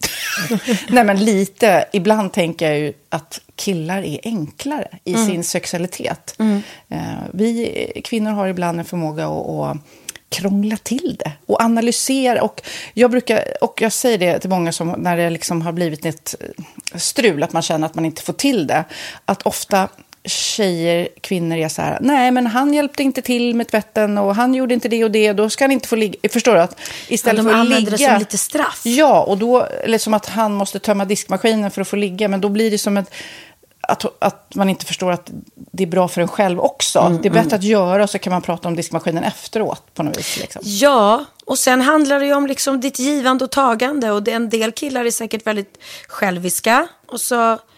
Nej, men lite. Ibland tänker jag ju att killar är enklare i mm. sin sexualitet. Mm. Uh, vi kvinnor har ibland en förmåga att, att krångla till det och analysera. Och jag brukar, och jag säger det till många som när det liksom har blivit ett strul, att man känner att man inte får till det. Att ofta tjejer, kvinnor är så här, nej men han hjälpte inte till med tvätten och han gjorde inte det och det, då ska han inte få ligga. Förstår du? Att istället
ja, de
för att ligga,
använder det som lite straff.
Ja, och då, eller som att han måste tömma diskmaskinen för att få ligga, men då blir det som ett, att, att man inte förstår att det är bra för en själv också. Mm, det är bättre mm. att göra, och så kan man prata om diskmaskinen efteråt på något vis. Liksom.
Ja, och sen handlar det ju om liksom ditt givande och tagande, och en del killar är säkert väldigt själviska, och så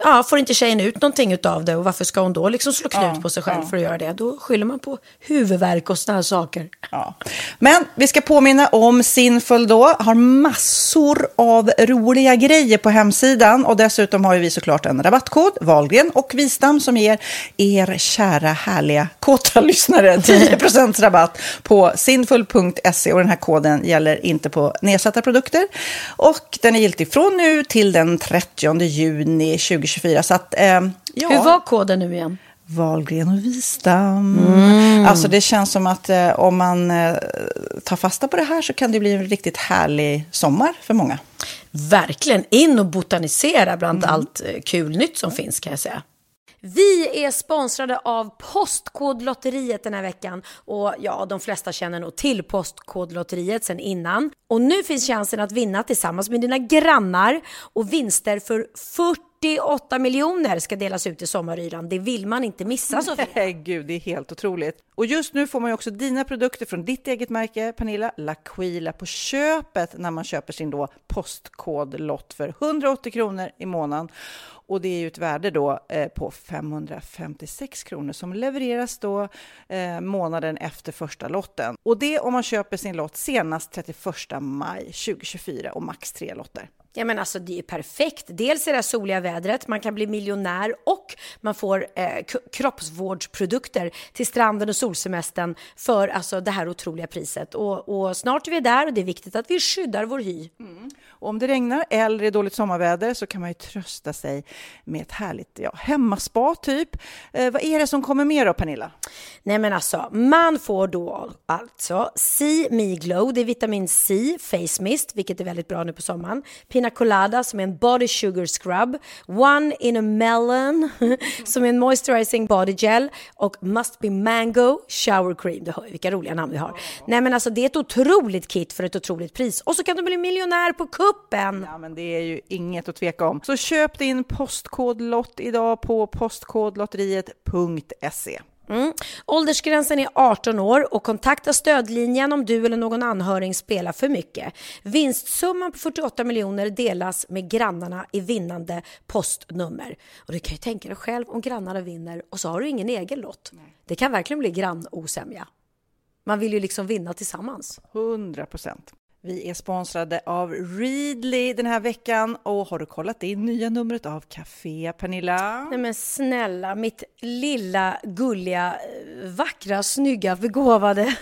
ja, får inte tjejen ut någonting utav det och varför ska hon då liksom slå knut
ja,
på sig själv
ja.
för att göra det? Då skyller man på huvudvärk och sådana här saker.
Ja. Men vi ska påminna om Sinful då, har massor av roliga grejer på hemsidan och dessutom har ju vi såklart en rabattkod, Wahlgren och Wistam, som ger er kära härliga kåta lyssnare tio procent rabatt på sinful punkt se och den här koden gäller inte på nedsatta produkter och den är giltig från nu till den trettionde juni tjugohundratjugofyra. Så att, eh, ja.
Hur var koden nu igen?
Wahlgren och Wistam.
Mm.
Alltså det känns som att eh, om man eh, tar fasta på det här så kan det bli en riktigt härlig sommar för många.
Verkligen in och botanisera bland mm. allt eh, kul nytt som finns, kan jag säga. Vi är sponsrade av Postkodlotteriet den här veckan och ja, de flesta känner nog till Postkodlotteriet sedan innan. Och nu finns chansen att vinna tillsammans med dina grannar och vinster för fyrtioåtta miljoner ska delas ut i sommaryran. Det vill man inte missa, Sofia.
Nej, gud, det är helt otroligt. Och just nu får man ju också dina produkter från ditt eget märke, Pernilla, L'Aquila, på köpet när man köper sin då postkodlott för hundraåttio kronor i månaden. Och det är ju ett värde då eh, på femhundrafemtiosex kronor som levereras då eh, månaden efter första lotten. Och det om man köper sin lott senast trettioförsta maj tjugohundratjugofyra och max tre lotter.
Ja, men alltså det är perfekt. Dels är det här soliga vädret, man kan bli miljonär och man får eh, k- kroppsvårdsprodukter till stranden och solsemestern för alltså det här otroliga priset. Och, och snart är vi där och det är viktigt att vi skyddar vår hy.
Mm. Och om det regnar eller är dåligt sommarväder så kan man ju trösta sig med ett härligt ja, hemmaspa typ. Eh, vad är det som kommer med då, Pernilla?
Nej, men alltså, man får då alltså See Me Glow, det är vitamin C, face mist, vilket är väldigt bra nu på sommaren. Pina Colada som är en body sugar scrub, One in a Melon som är en moisturizing body gel och Must Be Mango shower cream. Du hör vilka roliga namn vi har. Nej, men alltså det är ett otroligt kit för ett otroligt pris. Och så kan du bli miljonär på kuppen.
Ja, men det är ju inget att tveka om. Så köp din postkodlott idag på postkodlotteriet punkt se.
Mm. Åldersgränsen är arton år och kontakta stödlinjen om du eller någon anhörig spelar för mycket. Vinstsumman på fyrtioåtta miljoner delas med grannarna i vinnande postnummer. Och du kan ju tänka dig själv om grannarna vinner och så har du ingen egen lott. Nej. Det kan verkligen bli grannosämja. Man vill ju liksom vinna tillsammans.
hundra procent. Vi är sponsrade av Readly den här veckan och har du kollat in nya numret av Café, Pernilla?
Nej men snälla, mitt lilla, gulliga, vackra, snygga, begåvade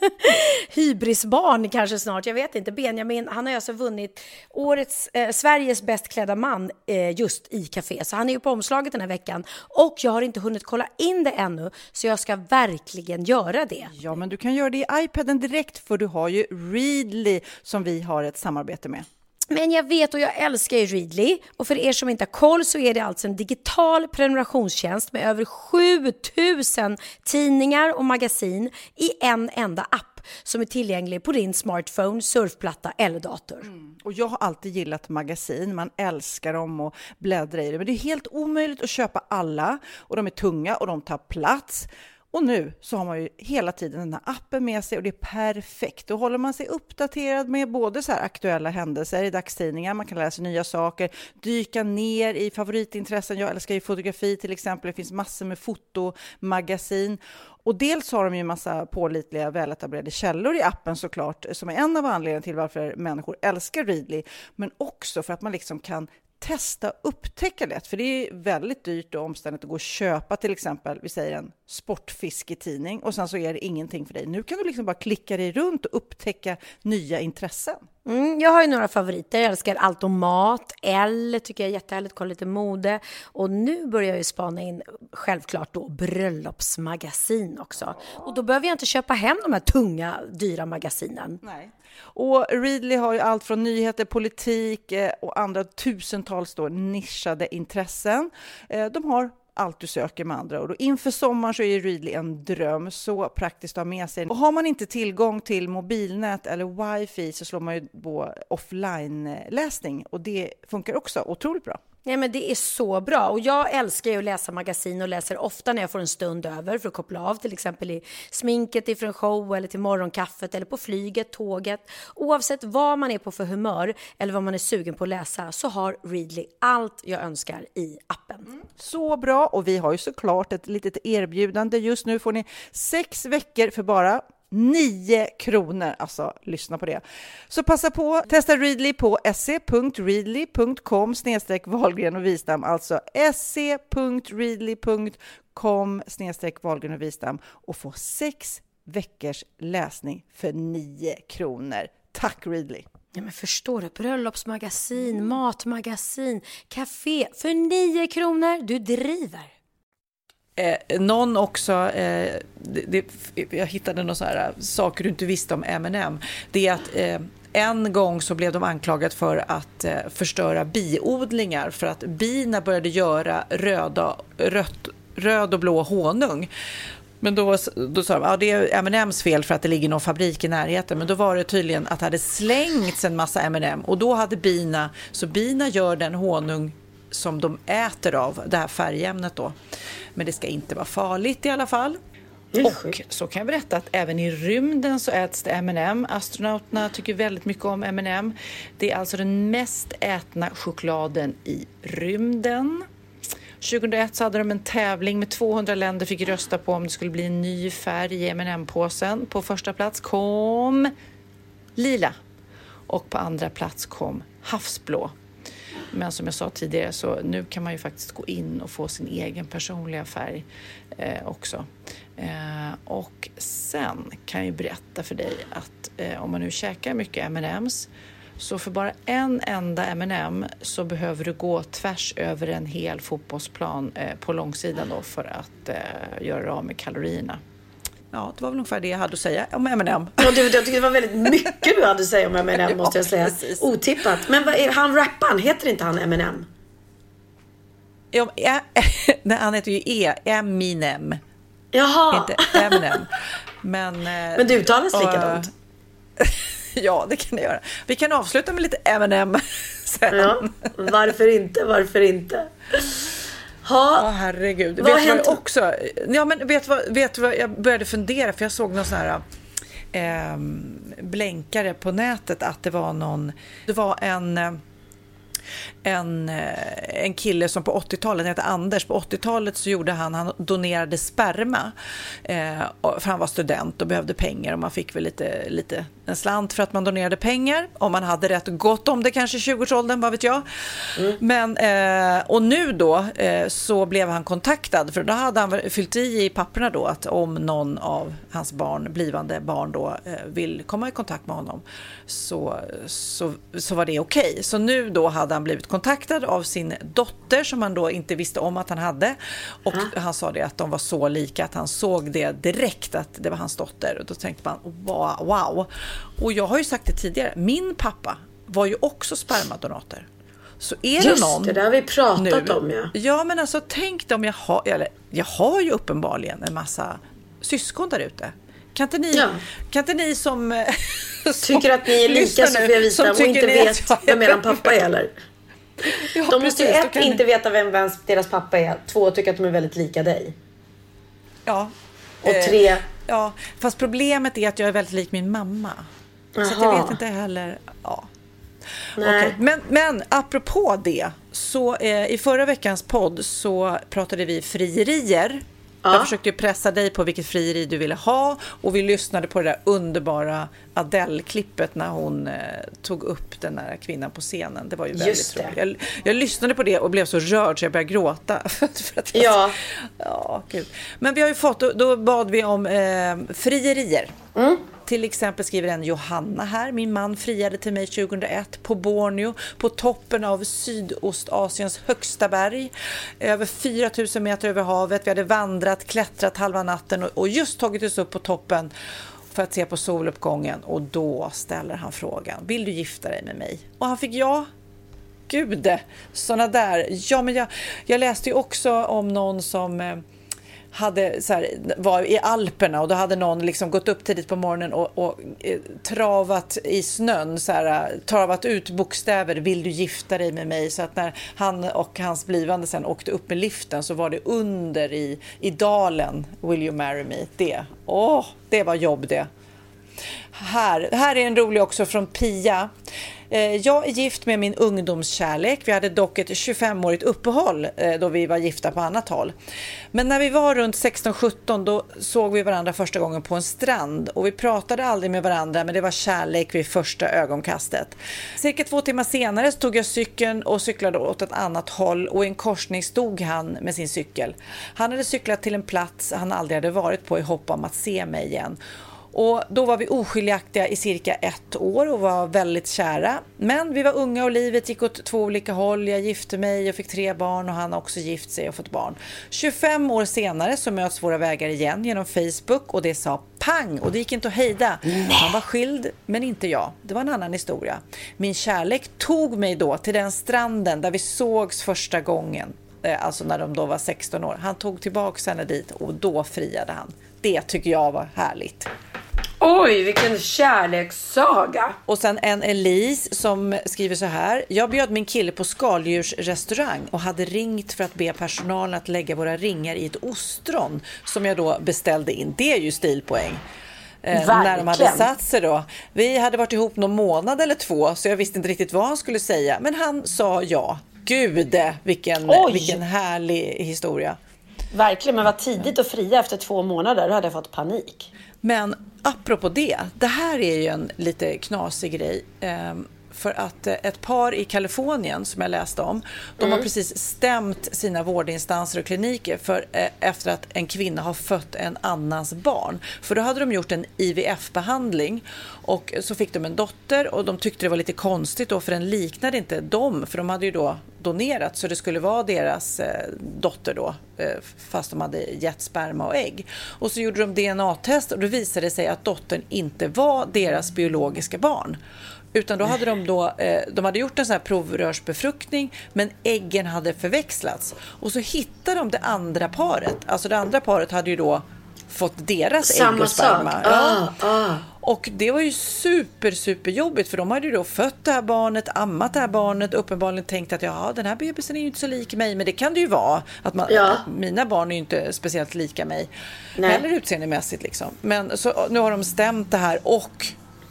hybrisbarn kanske snart, jag vet inte. Benjamin, han har alltså vunnit årets, eh, Sveriges bäst klädda man eh, just i Café. Så han är ju på omslaget den här veckan och jag har inte hunnit kolla in det ännu så jag ska verkligen göra det.
Ja, men du kan göra det i iPaden direkt för du har ju Readly som vi har ett samarbete med.
Men jag vet och jag älskar ju Readly och för er som inte har koll så är det alltså en digital prenumerationstjänst med över sjutusen tidningar och magasin i en enda app som är tillgänglig på din smartphone, surfplatta eller dator.
Mm. Och jag har alltid gillat magasin, man älskar dem och bläddra i det, men det är helt omöjligt att köpa alla och de är tunga och de tar plats. Och nu så har man ju hela tiden den här appen med sig och det är perfekt. Då håller man sig uppdaterad med både så här aktuella händelser i dagstidningar. Man kan lära sig nya saker, dyka ner i favoritintressen. Jag älskar ju fotografi till exempel. Det finns massor med fotomagasin. Och dels har de ju en massa pålitliga, väletablerade källor i appen såklart. Som är en av anledningarna till varför människor älskar Readly. Men också för att man liksom kan testa upptäcka lätt, för det är väldigt dyrt och omständigt att gå och köpa till exempel, vi säger en sportfisketidning och sen så är det ingenting för dig. Nu kan du liksom bara klicka dig runt och upptäcka nya intressen.
Mm, jag har ju några favoriter. Jag älskar allt om mat. L tycker jag är jättehärligt. Kolla lite mode. Och nu börjar jag ju spana in självklart då bröllopsmagasin också. Och då behöver jag inte köpa hem de här tunga, dyra magasinen.
Nej. Och Readly har ju allt från nyheter, politik och andra tusentals då nischade intressen. De har allt du söker med andra. Och då inför sommaren så är Readly en dröm, så praktiskt att ha med sig. Och har man inte tillgång till mobilnät eller wifi så slår man ju på offline-läsning och det funkar också otroligt bra.
Nej, men det är så bra. Och jag älskar ju att läsa magasin och läser ofta när jag får en stund över för att koppla av. Till exempel i sminket ifrån show eller till morgonkaffet eller på flyget, tåget. Oavsett vad man är på för humör eller vad man är sugen på att läsa så har Readly allt jag önskar i appen. Mm.
Så bra, och vi har ju såklart ett litet erbjudande. Just nu får ni sex veckor för bara nio kronor, alltså lyssna på det. Så passa på, testa Readly på se.readly.com snedstreck Wahlgren och Wistam, alltså se.readly.com snedstreck Wahlgren och Wistam och få sex veckors läsning för nio kronor. Tack Readly!
Ja, men förstår du, bröllopsmagasin, matmagasin, café för nio kronor, du driver.
Eh, någon också, eh, det, det, jag hittade några så här saker du inte visste om M and M. Det är att eh, en gång så blev de anklagade för att eh, förstöra biodlingar för att bina började göra röda, rött, röd och blå honung. Men då, då sa de att ja, det är M and M's fel för att det ligger någon fabrik i närheten. Men då var det tydligen att det hade slängts en massa M and M och då hade bina, så bina gör den honung som de äter av, det här färgämnet då. Men det ska inte vara farligt i alla fall. Och så kan jag berätta att även i rymden så äts det M and M. Astronauterna tycker väldigt mycket om M and M. Det är alltså den mest ätna chokladen i rymden. tjugohundraett så hade de en tävling med tvåhundra länder, fick rösta på om det skulle bli en ny färg i M and M-påsen. På första plats kom lila och på andra plats kom havsblå. Men som jag sa tidigare så nu kan man ju faktiskt gå in och få sin egen personliga färg eh, också. Eh, och sen kan jag ju berätta för dig att eh, om man nu käkar mycket M and M's så för bara en enda M and M så behöver du gå tvärs över en hel fotbollsplan eh, på långsidan då för att eh, göra av med kalorierna. Ja, det var väl ungefär det jag hade att säga om M and M.
Ja, du, jag tycker det var väldigt mycket du hade att säga om M and M, måste jag säga. Precis. Otippat. Men vad är, han rapparen, heter inte han M and M?
Ja, ja, nej, han heter ju E, Eminem.
Jaha.
Inte M and M. Men,
Men det uttalas likadant.
Ja, det kan det göra. Vi kan avsluta med lite M and M sen.
Ja, varför inte, varför inte?
Ja, oh, herregud.
Vad
vet du vad också? Ja, men vet vad, vet vad jag började fundera för jag såg någon sån här eh, blänkare på nätet att det var någon det var en en en kille som på åttiotalet heter Anders. På åttiotalet så gjorde han han donerade sperma eh, för han var student och behövde pengar och man fick väl lite lite en slant för att man donerade pengar om man hade rätt gott om det kanske i tjugoårsåldern, vad vet jag. Mm. Men eh, och nu då eh, så blev han kontaktad för då hade han fyllt i i papperna då att om någon av hans barn blivande barn då eh, vill komma i kontakt med honom så så så var det okej. Okay. Så nu då hade han blivit kontaktad av sin dotter som han då inte visste om att han hade och mm. han sa det att de var så lika att han såg det direkt att det var hans dotter och då tänkte man wow, wow. Och jag har ju sagt det tidigare, min pappa var ju också spermadonator. Så är
Just
det någon
det, där har vi pratat
nu,
om ja.
Ja men alltså tänk dig om jag har eller jag har ju uppenbarligen en massa syskon där ute. Kan inte ni, ja. kan inte ni som, som
tycker att ni är lika Sofia Wistam och inte vet vem eran pappa är eller? Ja, de måste ju ett inte veta vem deras pappa är, två tycker att de är väldigt lika dig.
Ja.
Och tre
eh, ja, fast problemet är att jag är väldigt lik min mamma. Aha. Så att jag vet inte heller. Ja. Okay. Men, men apropå det så eh, i förra veckans podd så pratade vi frierier. Ja. Jag försökte ju pressa dig på vilket frieri du ville ha och vi lyssnade på det där underbara Adele-klippet när hon eh, tog upp den där kvinnan på scenen. Det var ju väldigt roligt. Jag, jag lyssnade på det och blev så rörd så jag började gråta. för att jag,
ja.
Ja, gud. Men vi har ju fått, då, då bad vi om eh, frierier. Mm. Till exempel skriver en Johanna här. Min man friade till mig tjugohundraett på Borneo på toppen av Sydostasiens högsta berg. Över fyra tusen meter över havet. Vi hade vandrat, klättrat halva natten och, och just tagit oss upp på toppen för att se på soluppgången. Och då ställer han frågan, vill du gifta dig med mig? Och han fick ja. Gud, såna där. Ja, men jag, jag läste ju också om någon som... Eh, hade så här, var i Alperna och då hade någon liksom gått upp tidigt på morgonen och, och eh, travat i snön, så här, travat ut bokstäver, vill du gifta dig med mig? Så att när han och hans blivande sen åkte upp med liften så var det under i, i dalen, will you marry me? Det, åh, det var jobb det. Här, här är en rolig också från Pia. Jag är gift med min ungdomskärlek. Vi hade dock ett tjugofemårigt uppehåll då vi var gifta på annat håll. Men när vi var runt sexton sjutton då såg vi varandra första gången på en strand. Och vi pratade aldrig med varandra, men det var kärlek vid första ögonkastet. Cirka två timmar senare så tog jag cykeln och cyklade åt ett annat håll. Och i en korsning stod han med sin cykel. Han hade cyklat till en plats han aldrig hade varit på i hopp om att se mig igen. Och då var vi oskiljaktiga i cirka ett år och var väldigt kära. Men vi var unga och livet gick åt två olika håll. Jag gifte mig och fick tre barn och han har också gift sig och fått barn. tjugofem år senare så möts våra vägar igen genom Facebook och det sa pang och det gick inte att hejda. Han var skild men inte jag. Det var en annan historia. Min kärlek tog mig då till den stranden där vi sågs första gången. Alltså när de då var sexton år. Han tog tillbaka henne dit och då friade han. Det tycker jag var härligt.
Oj, vilken kärlekssaga.
Och sen en Elise som skriver så här. Jag bjöd min kille på skaldjursrestaurang och hade ringt för att be personalen att lägga våra ringar i ett ostron som jag då beställde in. Det är ju stilpoäng. Eh, när de hade satt sig då. Vi hade varit ihop någon månad eller två så jag visste inte riktigt vad han skulle säga. Men han sa ja. Gud, vilken, vilken härlig historia.
Verkligen, men vad tidigt att fria efter två månader, då hade jag fått panik.
Men apropå det, det här är ju en lite knasig grej. För att ett par i Kalifornien som jag läste om, de mm. har precis stämt sina vårdinstanser och kliniker för, efter att en kvinna har fött en annans barn. För då hade de gjort en I V F-behandling och så fick de en dotter och de tyckte det var lite konstigt då för den liknade inte dem, för de hade ju då donerat så det skulle vara deras eh, dotter då eh, fast de hade gett sperma och ägg. Och så gjorde de D N A-test och då visade det sig att dottern inte var deras biologiska barn. Utan då hade de då, eh, de hade gjort en sån här provrörsbefruktning men äggen hade förväxlats. Och så hittade de det andra paret. Alltså det andra paret hade ju då fått deras
samma
ägg och sperma.
sak.
Ja.
Ah, ah.
Och det var ju super, super jobbigt för de hade ju då fött det här barnet, ammat det här barnet, uppenbarligen tänkt att ja, den här bebisen är ju inte så lik mig, men det kan det ju vara. Att man,
ja.
Mina barn är ju inte speciellt lika mig.
Nej.
Eller utseendemässigt liksom. Men så, nu har de stämt det här och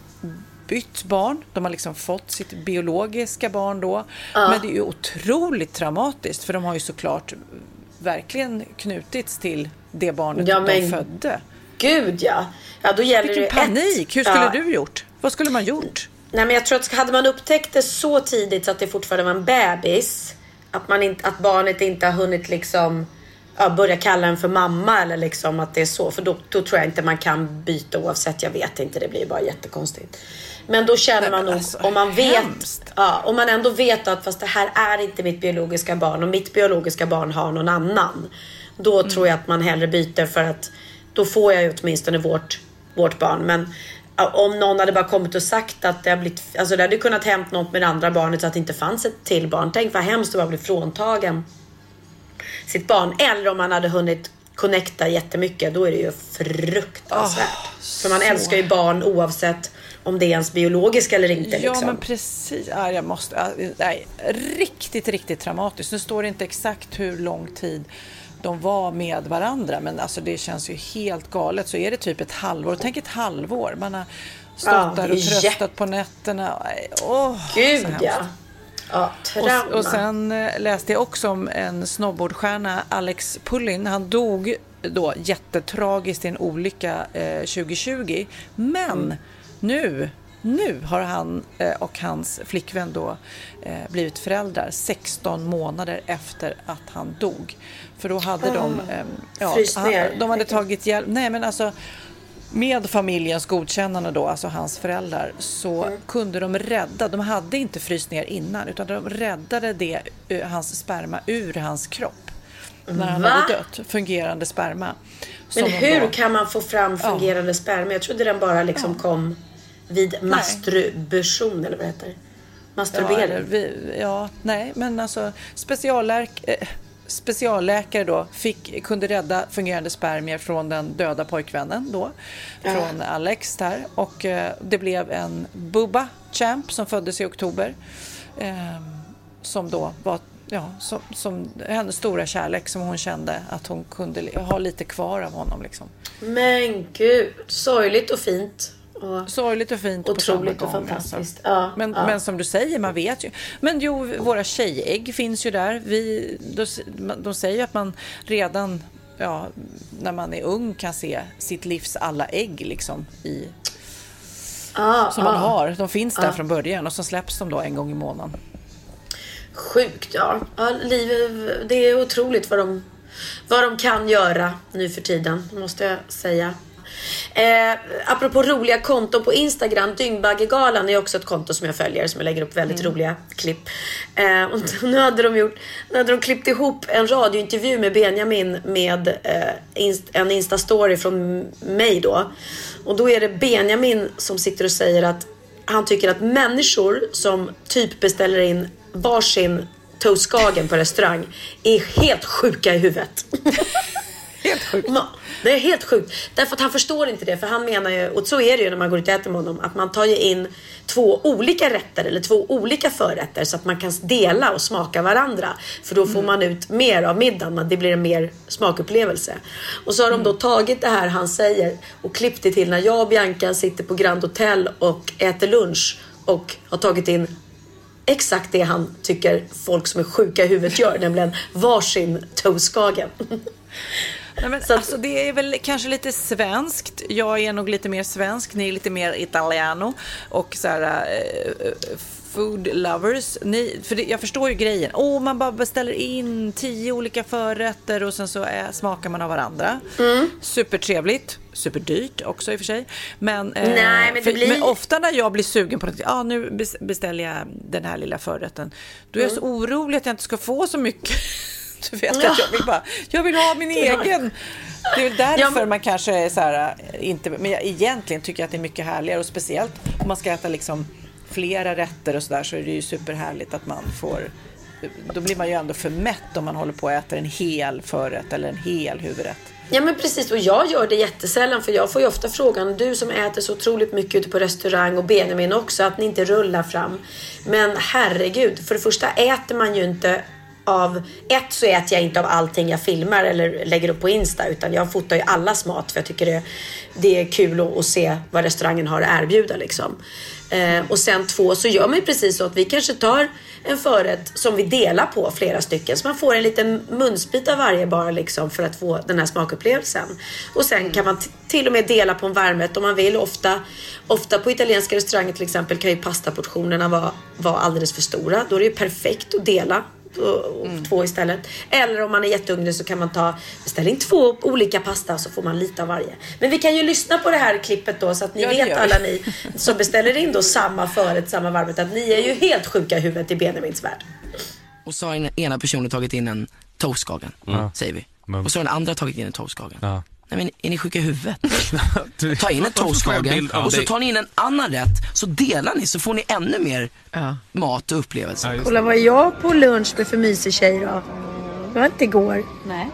bytt barn. De har liksom fått sitt biologiska barn då. Ja. Men det är ju otroligt traumatiskt för de har ju såklart verkligen knutits till det barnet ja, men... de födde.
Gud ja. Ja, då gäller
Vilken
det
panik.
Ett...
Hur skulle
ja.
du gjort? Vad skulle man gjort?
Nej, men jag tror att hade man upptäckt det så tidigt så att det fortfarande var en bebis, att man inte, att barnet inte har hunnit liksom ja, börja kalla den för mamma eller liksom att det är så, för då, då tror jag inte man kan byta oavsett, jag vet inte, det blir bara jättekonstigt. Men då känner man nog, alltså, om man vet ja, om man ändå vet att fast det här är inte mitt biologiska barn och mitt biologiska barn har någon annan, då mm. tror jag att man hellre byter, för att då får jag ju åtminstone vårt, vårt barn. Men om någon hade bara kommit och sagt att det har blivit, alltså det hade kunnat hänt något med det andra barnet så att det inte fanns ett till barn. Tänk vad hemskt att bara bli fråntagen sitt barn. Eller om man hade hunnit connecta jättemycket, då är det ju fruktansvärt. Oh, för man älskar ju barn oavsett om det är ens biologiska eller inte.
Ja,
liksom.
men precis. Ja, jag måste, nej, riktigt, riktigt traumatiskt. Nu står det inte exakt hur lång tid de var med varandra, men alltså det känns ju helt galet. Så är det typ ett halvår, tänk ett halvår. Man har stått ja, där och tröstat ja. på nätterna. Åh,
Gud ja. Ja,
och, och sen läste jag också om en snowboardstjärna, Alex Pullin. Han dog då jättetragiskt i en olycka eh, tjugo tjugo. Men mm. nu, nu har han eh, och hans flickvän då eh, blivit föräldrar sexton månader efter att han dog. För då hade oh. de eh, ja, han, de hade tagit hjälp. Nej, men alltså med familjens godkännande då, alltså hans föräldrar, så mm. kunde de rädda, de hade inte frysningar innan, utan de räddade det, hans sperma ur hans kropp. När han
Va?
hade dött, fungerande sperma.
Men hur då, kan man få fram fungerande ja. sperma? Jag trodde den bara liksom ja. kom vid masturbation, eller vad heter det? Masturbering.
Ja, eller vi, ja, nej, men alltså speciallärk... Eh, specialläkare då fick, kunde rädda fungerande spermier från den döda pojkvännen då, ja. från Alex där. Och eh, det blev en Bubba Champ som föddes i oktober. Eh, som då var ja, som, som hennes stora kärlek, som hon kände att hon kunde ha lite kvar av honom liksom.
Men gud, sorgligt och fint. Och
sorgligt och fint
otroligt och fantastiskt. Alltså. Ja,
men,
ja.
men som du säger, man vet ju. Men jo, våra tjejägg finns ju där. Vi, de, de säger att man redan ja, när man är ung kan se sitt livs alla ägg liksom i
ah,
som man
ah,
har. De finns där
ah.
från början och så släpps de då en gång i månaden.
Sjukt, ja. ja livet, det är otroligt vad de, vad de kan göra nu för tiden, måste jag säga. Eh, apropå roliga konton på Instagram, Dyngbaggegalan är också ett konto som jag följer, som jag lägger upp väldigt mm. roliga klipp. Eh, och nu hade de gjort, nu hade de klippt ihop en radiointervju med Benjamin med eh, inst, en Insta-story från mig då. Och då är det Benjamin som sitter och säger att han tycker att människor som typ beställer in varsin toastskagen på restaurang är helt sjuka i huvudet.
Helt sjukt.
Det är helt sjukt. Därför att han förstår inte det. För han menar ju, och så är det ju när man går ut och äter med honom, att man tar ju in två olika rätter eller två olika förrätter så att man kan dela och smaka varandra. För då får mm. man ut mer av middagen. Det blir en mer smakupplevelse. Och så har mm. de då tagit det här han säger och klippt det till när jag och Bianca sitter på Grand Hotel och äter lunch och har tagit in exakt det han tycker folk som är sjuka i huvudet gör, nämligen varsin toastskagen.
Nej, men, så, alltså, det är väl kanske lite svenskt. Jag är nog lite mer svensk. Ni är lite mer italiano. Och så här, uh, food lovers. Ni, för det, jag förstår ju grejen. Åh, oh, man bara beställer in tio olika förrätter och sen så är, smakar man av varandra. Mm. Supertrevligt. Superdyrt också i och för sig. Men,
Nej, men, det
för,
blir...
men ofta när jag blir sugen på något, ja ah, nu beställer jag den här lilla förrätten. Då är mm. jag så orolig att jag inte ska få så mycket. Du vet att jag vill bara, jag vill ha min egen. Det är därför ja, men... man kanske är så här, inte, men jag egentligen tycker jag att det är mycket härligare, och speciellt om man ska äta liksom flera rätter och så där, så är det ju superhärligt att man får, då blir man ju ändå för mätt om man håller på att äta en hel förrätt eller en hel huvudrätt.
Ja men precis, och jag gör det jättesällan, för jag får ju ofta frågan, du som äter så otroligt mycket ute på restaurang, och Benjamin också, att ni inte rullar fram. Men herregud, för det första äter man ju inte av, ett så äter jag inte av allting jag filmar eller lägger upp på Insta, utan jag fotar ju allas mat, för jag tycker det, det är kul att, att se vad restaurangen har att erbjuda liksom. Eh, och sen två, så gör man ju precis så att vi kanske tar en förrätt som vi delar på flera stycken, så man får en liten munsbit av varje bara liksom, för att få den här smakupplevelsen. Och sen kan man t- till och med dela på en varmrätt om man vill. Ofta, ofta på italienska restauranger till exempel kan ju pastaportionerna vara, vara alldeles för stora. Då är det ju perfekt att dela och mm. två istället. Eller om man är jättehungrig så kan man ta beställa in två olika pasta, så får man lite av varje. Men vi kan ju lyssna på det här klippet då, så att ni ja, vet alla ni som beställer in då samma förrätt, samma varvet, att ni är ju helt sjuka i huvudet i Benjamins värld.
Och så har den ena personen tagit in en toastskagen, mm. säger vi. Mm. Och så har den andra tagit in en toastskagen. Ja. Nej, men är ni sjuka i huvudet? Ta in en toastskagen och så tar ni in en annan rätt, så delar ni, så får ni ännu mer ja. mat och upplevelser.
Ja, kolla vad jag på lunch med för mysig tjej då. Det var inte igår.
Nej.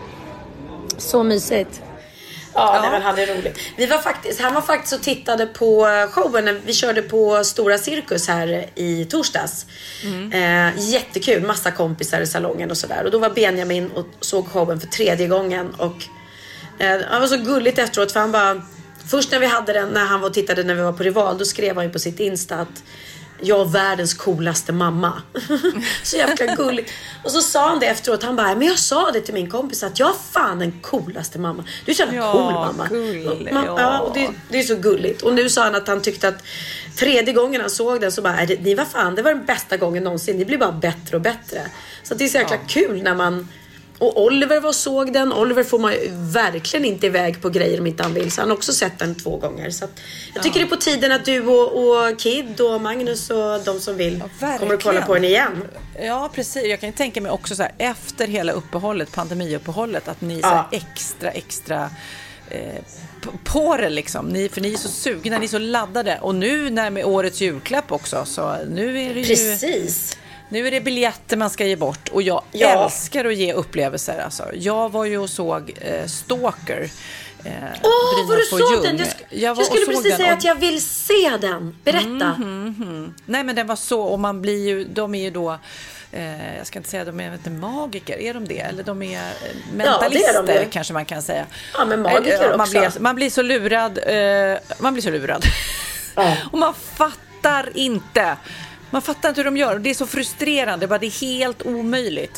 Så mysigt. Ja, ja. Nej, men han är roligt. Vi var faktiskt, han var faktiskt och tittade på showen när vi körde på Stora Cirkus här i torsdags. Mm. Eh, jättekul, massa kompisar i salongen och sådär. Och då var Benjamin och såg showen för tredje gången. Och eh, han var så gulligt efteråt, för han bara, först när vi hade den, när han var och tittade när vi var på Rival, då skrev han ju på sitt Insta att jag är världens coolaste mamma. Så jävla gulligt. Och så sa han det efteråt. Han bara, men jag sa det till min kompis att jag är fan den coolaste mamma. Du är så jävla
ja,
cool mamma.
Cool,
Man,
ja.
ja, och det, det är så gulligt. Och nu sa han att han tyckte att tredje gången han såg den så bara, ni var fan, det var den bästa gången någonsin. Det blir bara bättre och bättre. Så det är så jäkla ja. kul när man... Och Oliver var såg den. Oliver får man verkligen inte iväg på grejer om inte han vill. Så han har också sett den två gånger. Så att jag tycker ja. det är på tiden att du och, och Kid och Magnus och de som vill ja, kommer att kolla på den igen.
Ja, precis. Jag kan ju tänka mig också så här, efter hela uppehållet, pandemiuppehållet, att ni är så här
ja.
extra, extra eh, på det liksom. Ni, för ni är så sugna, ni är så laddade. Och nu när med årets julklapp också, så nu är det ju...
Precis.
Nu är det biljetter man ska ge bort och jag
Ja.
älskar att ge upplevelser. Alltså. Jag var ju och såg eh, Stalker.
Åh, oh, var du såg den? Jag, sk- jag, jag skulle precis säga och... att jag vill se den. Berätta.
Mm, mm, mm. Nej, men den var så, och man blir ju, de är ju då, eh, jag ska inte säga de är inte magiker, är de det? Eller de är mentalister, ja, det är de kanske man kan säga.
Ja, men magiker
eh, man
också.
Blir, man blir så lurad, eh, man blir så lurad. Ja. Och man fattar inte. Man fattar inte hur de gör. Det är så frustrerande. Det är helt omöjligt.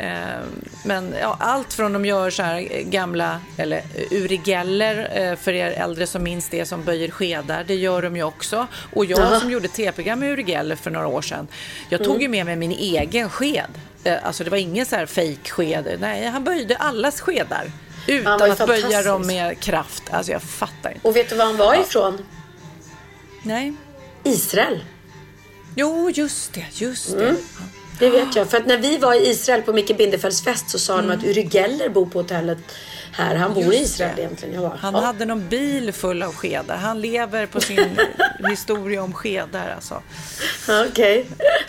Men ja, allt från de gör så här gamla eller urigeller för er äldre som minns det, som böjer skedar. Det gör de ju också. Och jag uh-huh. som gjorde tv-program med urigeller för några år sedan. Jag tog mm. ju med mig min egen sked. Alltså det var ingen så här fake sked. Nej, han böjde allas skedar. Utan att böja dem med kraft. Alltså jag fattar inte.
Och vet du var han var ifrån?
Nej.
Israel.
Jo, just det, just det.
Mm. Det vet jag. För att när vi var i Israel på Micke Bindefelds fest så sa mm. de att Uri Geller bor på hotellet här. Han bor just i Israel det. egentligen. Jag var,
han
ja.
hade någon bil full av skedar. Han lever på sin historia om skedar. Alltså.
Okej. Okay.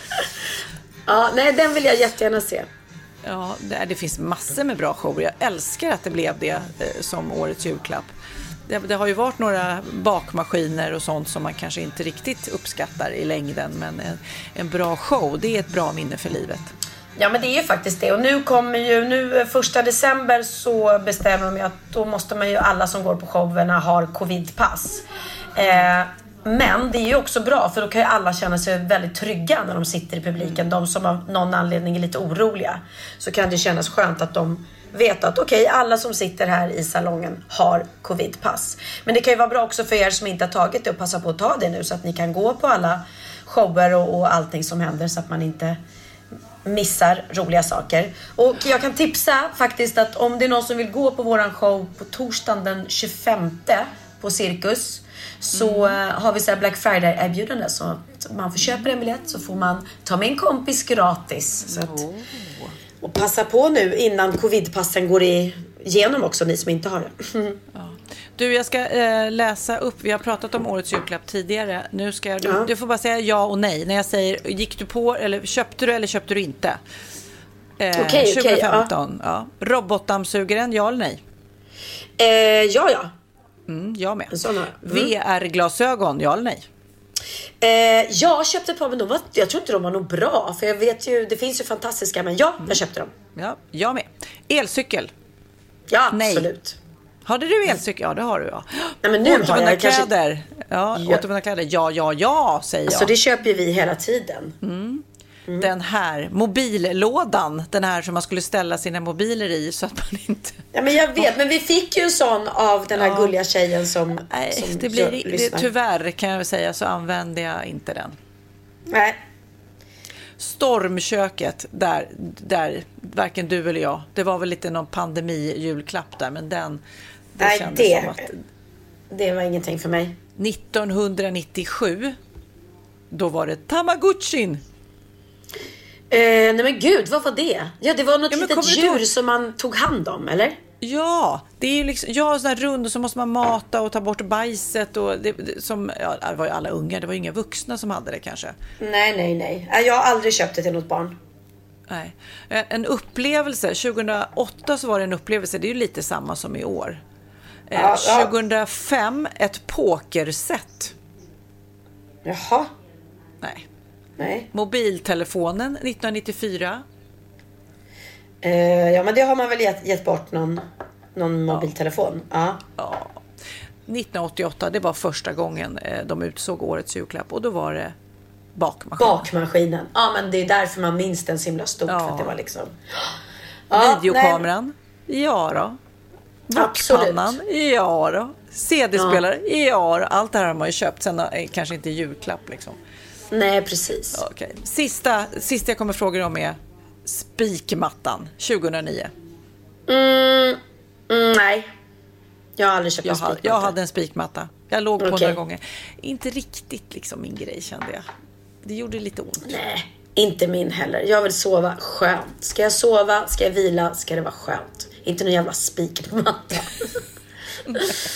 Ja, nej, den vill jag jättegärna se.
Ja, det, det finns massor med bra shower. Jag älskar att det blev det eh, som årets julklapp. Det, det har ju varit några bakmaskiner och sånt som man kanske inte riktigt uppskattar i längden. Men en, en bra show, det är ett bra minne för livet.
Ja, men det är ju faktiskt det. Och nu kommer ju, nu första december så bestämmer de ju att då måste man ju, alla som går på showerna har covidpass. Eh, men det är ju också bra, för då kan ju alla känna sig väldigt trygga när de sitter i publiken. De som av någon anledning är lite oroliga. Så kan det kännas skönt att de vet att okej, okay, alla som sitter här i salongen har covidpass. Men det kan ju vara bra också för er som inte har tagit det och passa på att ta det nu, så att ni kan gå på alla shower och, och allting som händer, så att man inte missar roliga saker. Och jag kan tipsa faktiskt att om det är någon som vill gå på våran show på torsdagen den tjugofemte på Cirkus, så mm. har vi så här Black Friday-erbjudande, så man får köpa en biljett så får man ta med en kompis gratis. Så att, oh. Och passa på nu innan covidpassen går igenom också, ni som inte har det. Mm.
Ja. Du, jag ska eh, läsa upp, vi har pratat om årets julklapp tidigare. Nu ska du, ja. du får bara säga ja och nej. När jag säger, gick du på, eller köpte du eller köpte du inte? Eh,
Okej, okej.
tjugofemton, ja. ja. Robotdammsugaren, ja eller nej?
Eh, ja, ja.
Mm, jag med.
Mm.
V R-glasögon, ja eller nej?
Eh, jag köpte ett par, men de var, jag tror inte de var nog bra. För jag vet ju, det finns ju fantastiska, men ja, jag köpte dem.
Ja, jag med. Elcykel?
Ja,
nej.
Absolut.
Hade du elcykel? Ja, det har du, ja.
Nej, men nu
återvunna
har jag
kläder.
Kanske...
Ja, ja. återvunna kläder. Ja, ja, ja, säger jag.
Så det köper vi hela tiden.
Mm. Mm. Den här mobillådan, den här som man skulle ställa sina mobiler i så att man inte...
Ja, men jag vet, men vi fick ju en sån av den här ja. gulliga tjejen som,
Nej,
som
det blir, det, tyvärr kan jag säga så använde jag inte den.
Nej.
Stormköket, där, där varken du eller jag, det var väl lite någon pandemi-julklapp där, men den det
Nej,
kändes
det,
som att
det var ingenting för mig.
nittonhundranittiosju, då var det Tamagotchin.
Eh, nej men gud, vad var det? Ja, det var något ja, litet djur tog... som man tog hand om, eller?
Ja, det är ju liksom, ja, sån här rund, och så måste man mata och ta bort bajset och det, det, som, ja, det var ju alla unga, det var ju inga vuxna som hade det kanske.
Nej, nej, nej. Jag har aldrig köpt det till något barn.
Nej. En upplevelse, tjugohundraåtta så var det en upplevelse, det är ju lite samma som i år. Ja, ja. tjugohundrafem, ett pokerset.
Jaha.
Nej.
Nej.
Mobiltelefonen nittonhundranittiofyra.
Eh, ja, men det har man väl gett, gett bort någon, någon mobiltelefon. Ja.
Ja. nittonhundraåttioåtta, det var första gången eh, de utsåg årets julklapp, och då var det bakmaskinen.
Bakmaskinen. Ja, men det är därför man minns den så himla stort, ja. För att det var liksom...
Ja, videokameran. Nej. Ja då. Bokpannan. Ja då. C D-spelare. Ja. Ja då. Allt det här har man ju köpt. Sen är kanske inte julklapp liksom.
Nej, precis.
Okay. Sista, sista jag kommer fråga om är spikmattan tjugohundranio.
Mm, mm, nej. Jag har aldrig köpt
jag
en spikmatta.
Jag hade en spikmatta. Jag låg på okay. några gånger. Inte riktigt liksom min grej, kände jag. Det gjorde lite ont.
Nej, inte min heller. Jag vill sova skönt. Ska jag sova, ska jag vila, ska det vara skönt. Inte någon jävla spikmatta.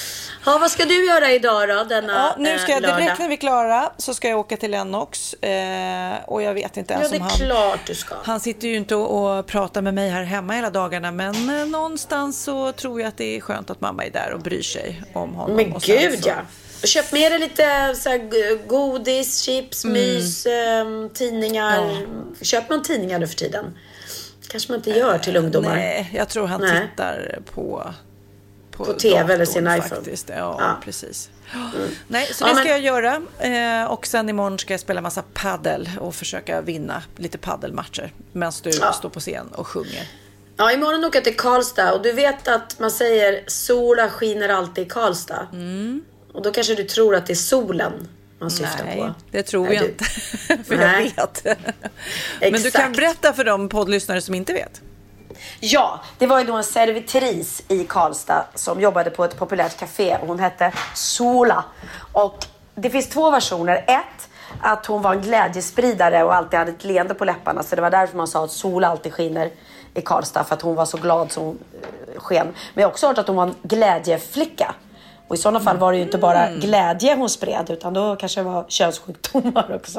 Ja, vad ska du göra idag då? Denna,
ja, nu ska jag
eh,
direkt när vi är klara så ska jag åka till Lennox. Eh, och jag vet inte ens
ja, det är
om han...
klart du ska.
Han sitter ju inte och, och pratar med mig här hemma hela dagarna. Men eh, någonstans så tror jag att det är skönt att mamma är där och bryr sig om honom.
Men
och
gud
så...
ja. Köp med dig lite så här, godis, chips, mm. mys, eh, tidningar. Ja. Köp man tidningar nu för tiden? Kanske man inte gör till ungdomar.
Nej, jag tror han Nej. tittar på
På, på tv datorn, eller sin iPhone.
Faktiskt. Ja, ja. precis. Mm. Nej, så det ja, ska men... jag göra. Eh, och sen imorgon ska jag spela massa paddel och försöka vinna lite paddelmatcher medan du ja. står på scen och sjunger.
Ja, imorgon åker jag till Karlstad och du vet att man säger sola skiner alltid i Karlstad. Mm. Och då kanske du tror att det är solen man syftar
Nej,
på.
Nej, det tror Nej, jag du... inte. För
Nej.
jag vet. Men du kan berätta för de poddlyssnare som inte vet.
Ja, det var ju då en servitris i Karlstad som jobbade på ett populärt café och hon hette Sola. Och det finns två versioner. Ett, att hon var en glädjespridare och alltid hade ett leende på läpparna. Så det var därför man sa att Sola alltid skiner i Karlstad, för att hon var så glad som hon sken. Men jag har också hört att hon var en glädjeflicka. Och i sådana fall var det ju inte bara glädje hon spred, utan då kanske det var könssjukdomar också.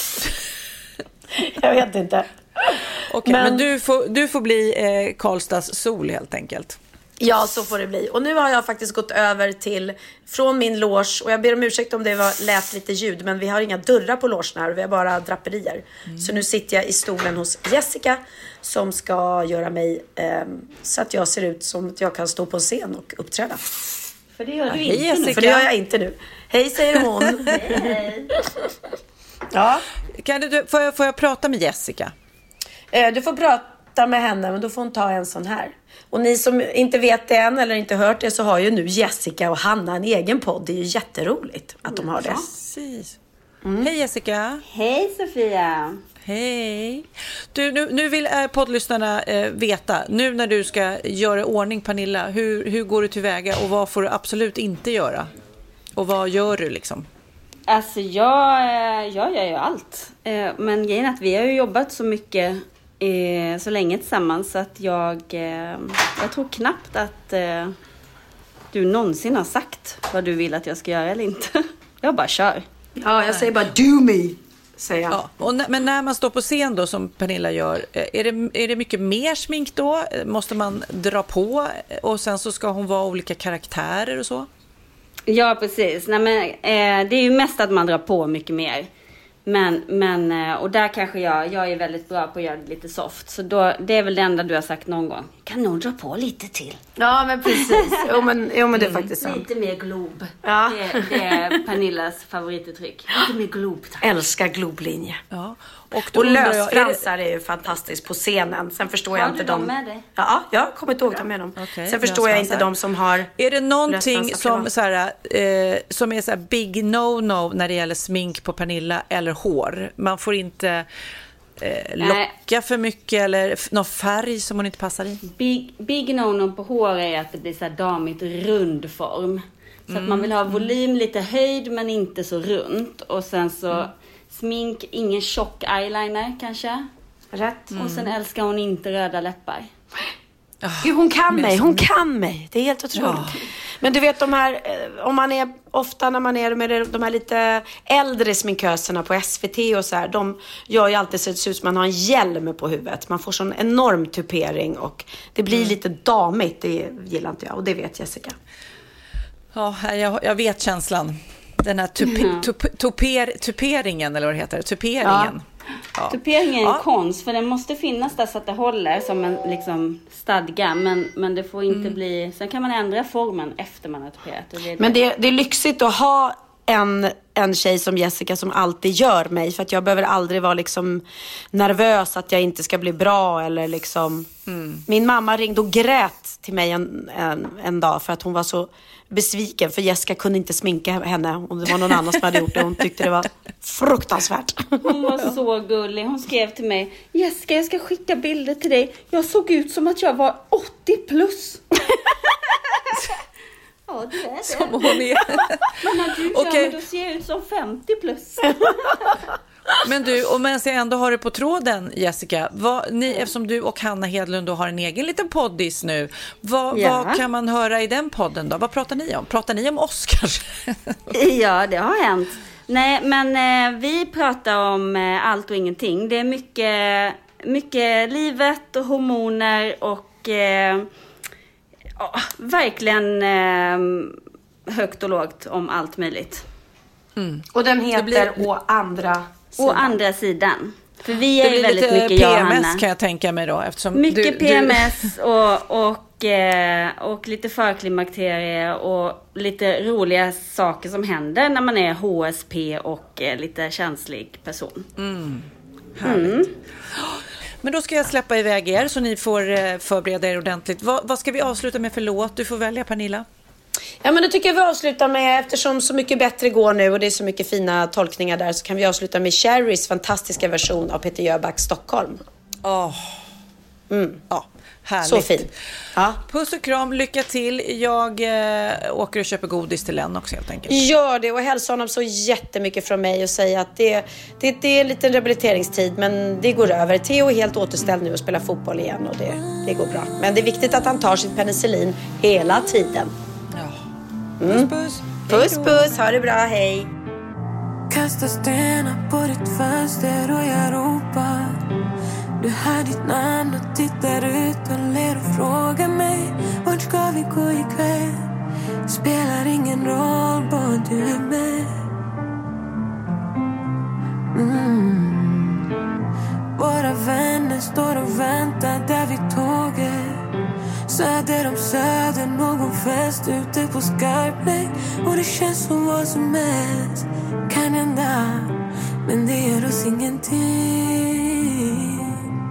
Jag vet inte.
Okej, men, men du får, du får bli eh, Karlstads sol helt enkelt.
Ja, så får det bli. Och nu har jag faktiskt gått över till, från min loge, och jag ber om ursäkt om det var, lät lite ljud, men vi har inga dörrar på logen här, vi har bara draperier. Mm. Så nu sitter jag i stolen hos Jessica som ska göra mig eh, så att jag ser ut som att jag kan stå på scen och uppträda. För det gör du ja, inte hej, nu. För det gör jag inte nu. Hej, säger hon. Hej, hej.
Ja. Kan du, får, jag, får jag prata med Jessica?
Eh, du får prata med henne, men då får hon ta en sån här. Och ni som inte vet det än eller inte hört det, så har ju nu Jessica och Hanna en egen podd. Det är ju jätteroligt att de har det.
Precis. Mm. Hej Jessica.
Hej Sofia.
Hej. Du, nu, nu vill eh, poddlyssnarna eh, veta, nu när du ska göra ordning Pernilla, hur, hur går du tillväga och vad får du absolut inte göra? Och vad gör du liksom?
Alltså jag, jag gör ju allt. Men grejen är att vi har ju jobbat så mycket, så länge tillsammans, så att jag, jag tror knappt att du någonsin har sagt vad du vill att jag ska göra eller inte. Jag bara kör.
Ja, jag säger bara do me, säger jag.
Ja, och när, men när man står på scen då, som Pernilla gör, är det, är det mycket mer smink då? Måste man dra på och sen så ska hon vara olika karaktärer och så?
Ja, precis. Nej, men, eh, det är ju mest att man drar på mycket mer. Men, men eh, och där kanske jag, jag är väldigt bra på att göra det lite soft. Så då, det är väl det enda du har sagt någon gång. Kan nog dra på lite till.
Ja, men precis. Jo, men, jo, men det är mm. faktiskt sant.
Lite mer glob.
Ja.
Det, det är Pernillas favorituttryck. Lite mer glob. Tack.
Älskar globlinje.
Ja.
Och, och lösfransar är, det... är ju fantastiskt på scenen. Sen förstår
har
jag inte
du
dem.
dem med dig?
Ja, jag kommer inte ihåg att ta med dem. Okay. Sen förstår jag inte de som har.
Är det någonting som, så här, eh, som är så här big no-no när det gäller smink på Pernilla eller hår? Man får inte eh, locka för mycket eller någon färg som hon inte passar i.
Big, big no-no på hår är att det blir så här damigt rund form. Så mm. att man vill ha volym, lite höjd men inte så runt. Och sen så mm. smink, ingen tjock eyeliner kanske.
Rätt.
Mm. Och sen älskar hon inte röda läppar.
Oh, Gud, hon kan mig, hon kan mig. Det är helt otroligt. Ja. Men du vet de här, om man är ofta när man är med de här lite äldre sminköserna på S V T och så här, de gör ju alltid så att det ser ut som man har en hjälm på huvudet. Man får sån enorm tupering och det blir mm. lite damigt, det gillar inte jag och det vet Jessica.
Ja, jag, jag vet känslan. Den här tup, mm. tup, tuper, tuperingen eller vad det heter, tuperingen.
Ja. Ja. Tuperingen är en ja. konst, för den måste finnas där så att det håller som en liksom stadga, men, men det får inte mm. bli, sen kan man ändra formen efter man har tuperat. Och det är
men det, det är lyxigt att ha en, en tjej som Jessica som alltid gör mig, för att jag behöver aldrig vara liksom nervös att jag inte ska bli bra eller liksom mm. Min mamma ringde och grät till mig en, en, en dag för att hon var så besviken, för Jessica kunde inte sminka henne och det var någon annan som hade gjort det. Hon tyckte det var fruktansvärt.
Hon var så gullig. Hon skrev till mig: Jessica, jag ska skicka bilder till dig. Jag såg ut som att jag var åttio plus. Ja, det är det.
Som hon är.
Men när du kör, okay. Då ser jag ut som femtio plus.
Men du, och medan jag ändå har det på tråden, Jessica, vad, ni, eftersom du och Hanna Hedlund då har en egen liten poddis nu, vad,
Ja.
vad kan man höra i den podden då? Vad pratar ni om? Pratar ni om oss kanske?
Ja, det har hänt. Nej, men eh, vi pratar om eh, allt och ingenting. Det är mycket, mycket livet och hormoner och eh, ja, verkligen eh, högt och lågt om allt möjligt.
Mm. Och den heter blir... Å andra sidan.
Å andra sidan. För vi är
det blir
väldigt
lite
mycket
P M S,
jag och Hanna.
Kan jag tänka mig då. Eftersom
mycket
du,
P M S du... och, och, eh, och lite förklimakterie och lite roliga saker som händer när man är H S P och eh, lite känslig person.
Mm. Härligt. Mm. Men då ska jag släppa iväg er så ni får eh, förbereda er ordentligt. Va, vad ska vi avsluta med för låt? Du får välja, Pernilla.
Ja, men det tycker jag vi avslutar med, eftersom Så mycket bättre går nu och det är så mycket fina tolkningar där, så kan vi avsluta med Cherries fantastiska version av Peter Jöbacks Stockholm.
Åh, oh.
mm.
Ja, härligt.
Så fin. Ja.
Puss och kram, lycka till. Jag eh, åker och köper godis till Len också helt enkelt.
Gör det och hälsa honom så jättemycket från mig och säga att det, det, det är en liten rehabiliteringstid, men det går över. Theo är helt återställd nu och spelar fotboll igen och det, det går bra. Men det är viktigt att han tar sitt penicillin hela tiden.
Mm. Puss, puss.
Puss, puss. Ha det bra. Hej.
Kasta stenar på ditt fönster och jag ropar. Du hör ditt namn och tittar ut och ler och frågar mig: vart ska vi gå ikväll? Spelar ingen roll, bara du är med. Mm. Våra vänner står och väntar där vid tåget. Söder om söder, någon fest ute på Skype. Och det känns som vad som helst kan hända, men det gör oss ingenting.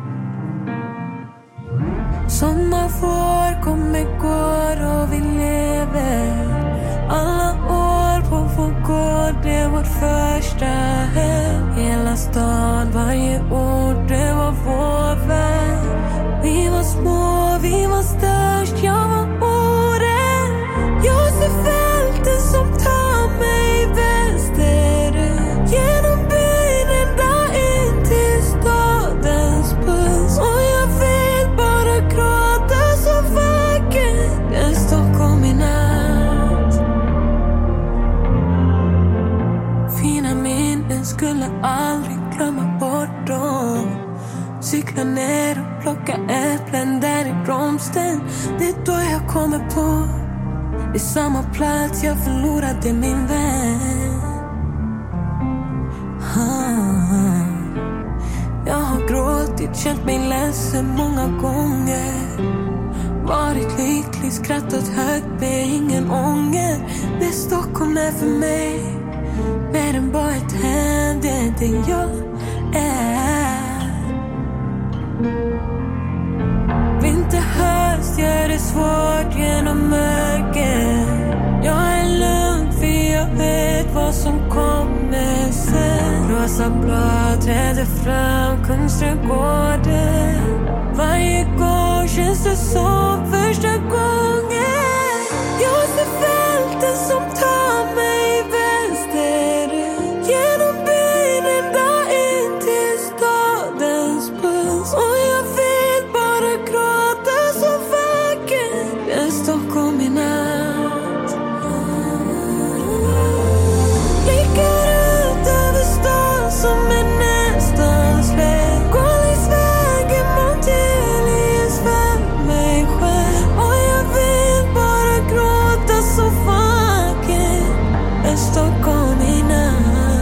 Sommarvår kommer, går och vi lever. Alla år på vår gård, det är vårt första hem. Hela stan, varje ord, det var vår värld. Vi var små, vi var störst, jag var orden. Jag ser fälten som tar mig västerut. Genom byn ända in till stadens puls. Och jag vill bara gråta så vackert. En Stockholm i natt. Fina minnen skulle aldrig glömma bort dem. Cykla ner och plocka äpplen där i bromsten. Det är då jag kommer på, det är samma plats jag förlorade min vän. ah. Jag har gråtit, känt mig ledsen många gånger. Varit lycklig, skrattat högt med ingen ånger. Det Stockholm är för mig mer än bara ett hem, det är det jag är. Vinter, höst gör det svårt genom mörker. Jag är lugn för jag vet vad som kommer sen. Rosa blad träder fram, Kungsträdgården. Varje gång känns det som första gången. Jag ser fälten som tar mig västerut. Genom byn ända in till stadens puls. Och jag vill bara gråta så vackert. En Stockholm i natt. Blickar ut över stan som är nästan släckt. Går längs vägen mot Helios för mig själv. Och jag vill bara gråta så vackert. En Stockholm i natt.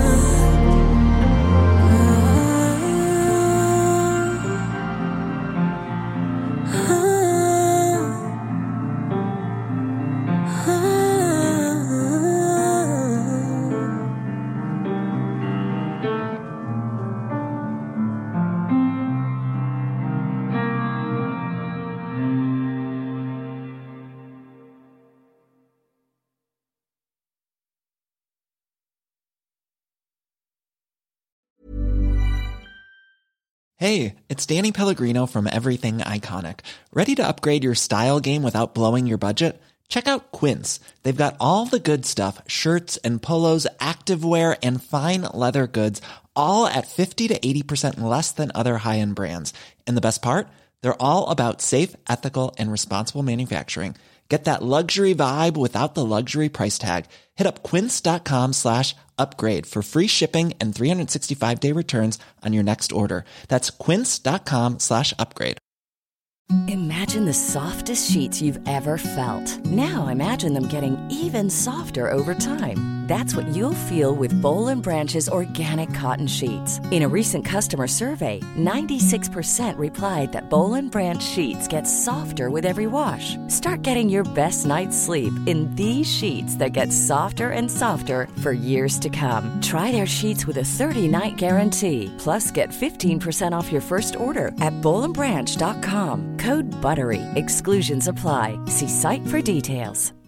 Hey, it's Danny Pellegrino from Everything Iconic. Ready to upgrade your style game without blowing your budget? Check out Quince. They've got all the good stuff, shirts and polos, activewear, and fine leather goods, all at fifty to eighty percent less than other high-end brands. And the best part? They're all about safe, ethical, and responsible manufacturing. Get that luxury vibe without the luxury price tag. Hit up quince.com slash upgrade for free shipping and three sixty-five day returns on your next order. That's quince.com slash upgrade.
Imagine the softest sheets you've ever felt. Now imagine them getting even softer over time. That's what you'll feel with Boll and Branch's organic cotton sheets. In a recent customer survey, ninety-six percent replied that Boll and Branch sheets get softer with every wash. Start getting your best night's sleep in these sheets that get softer and softer for years to come. Try their sheets with a thirty night guarantee. Plus, get fifteen percent off your first order at boll and branch dot com. Code BUTTERY. Exclusions apply. See site for details.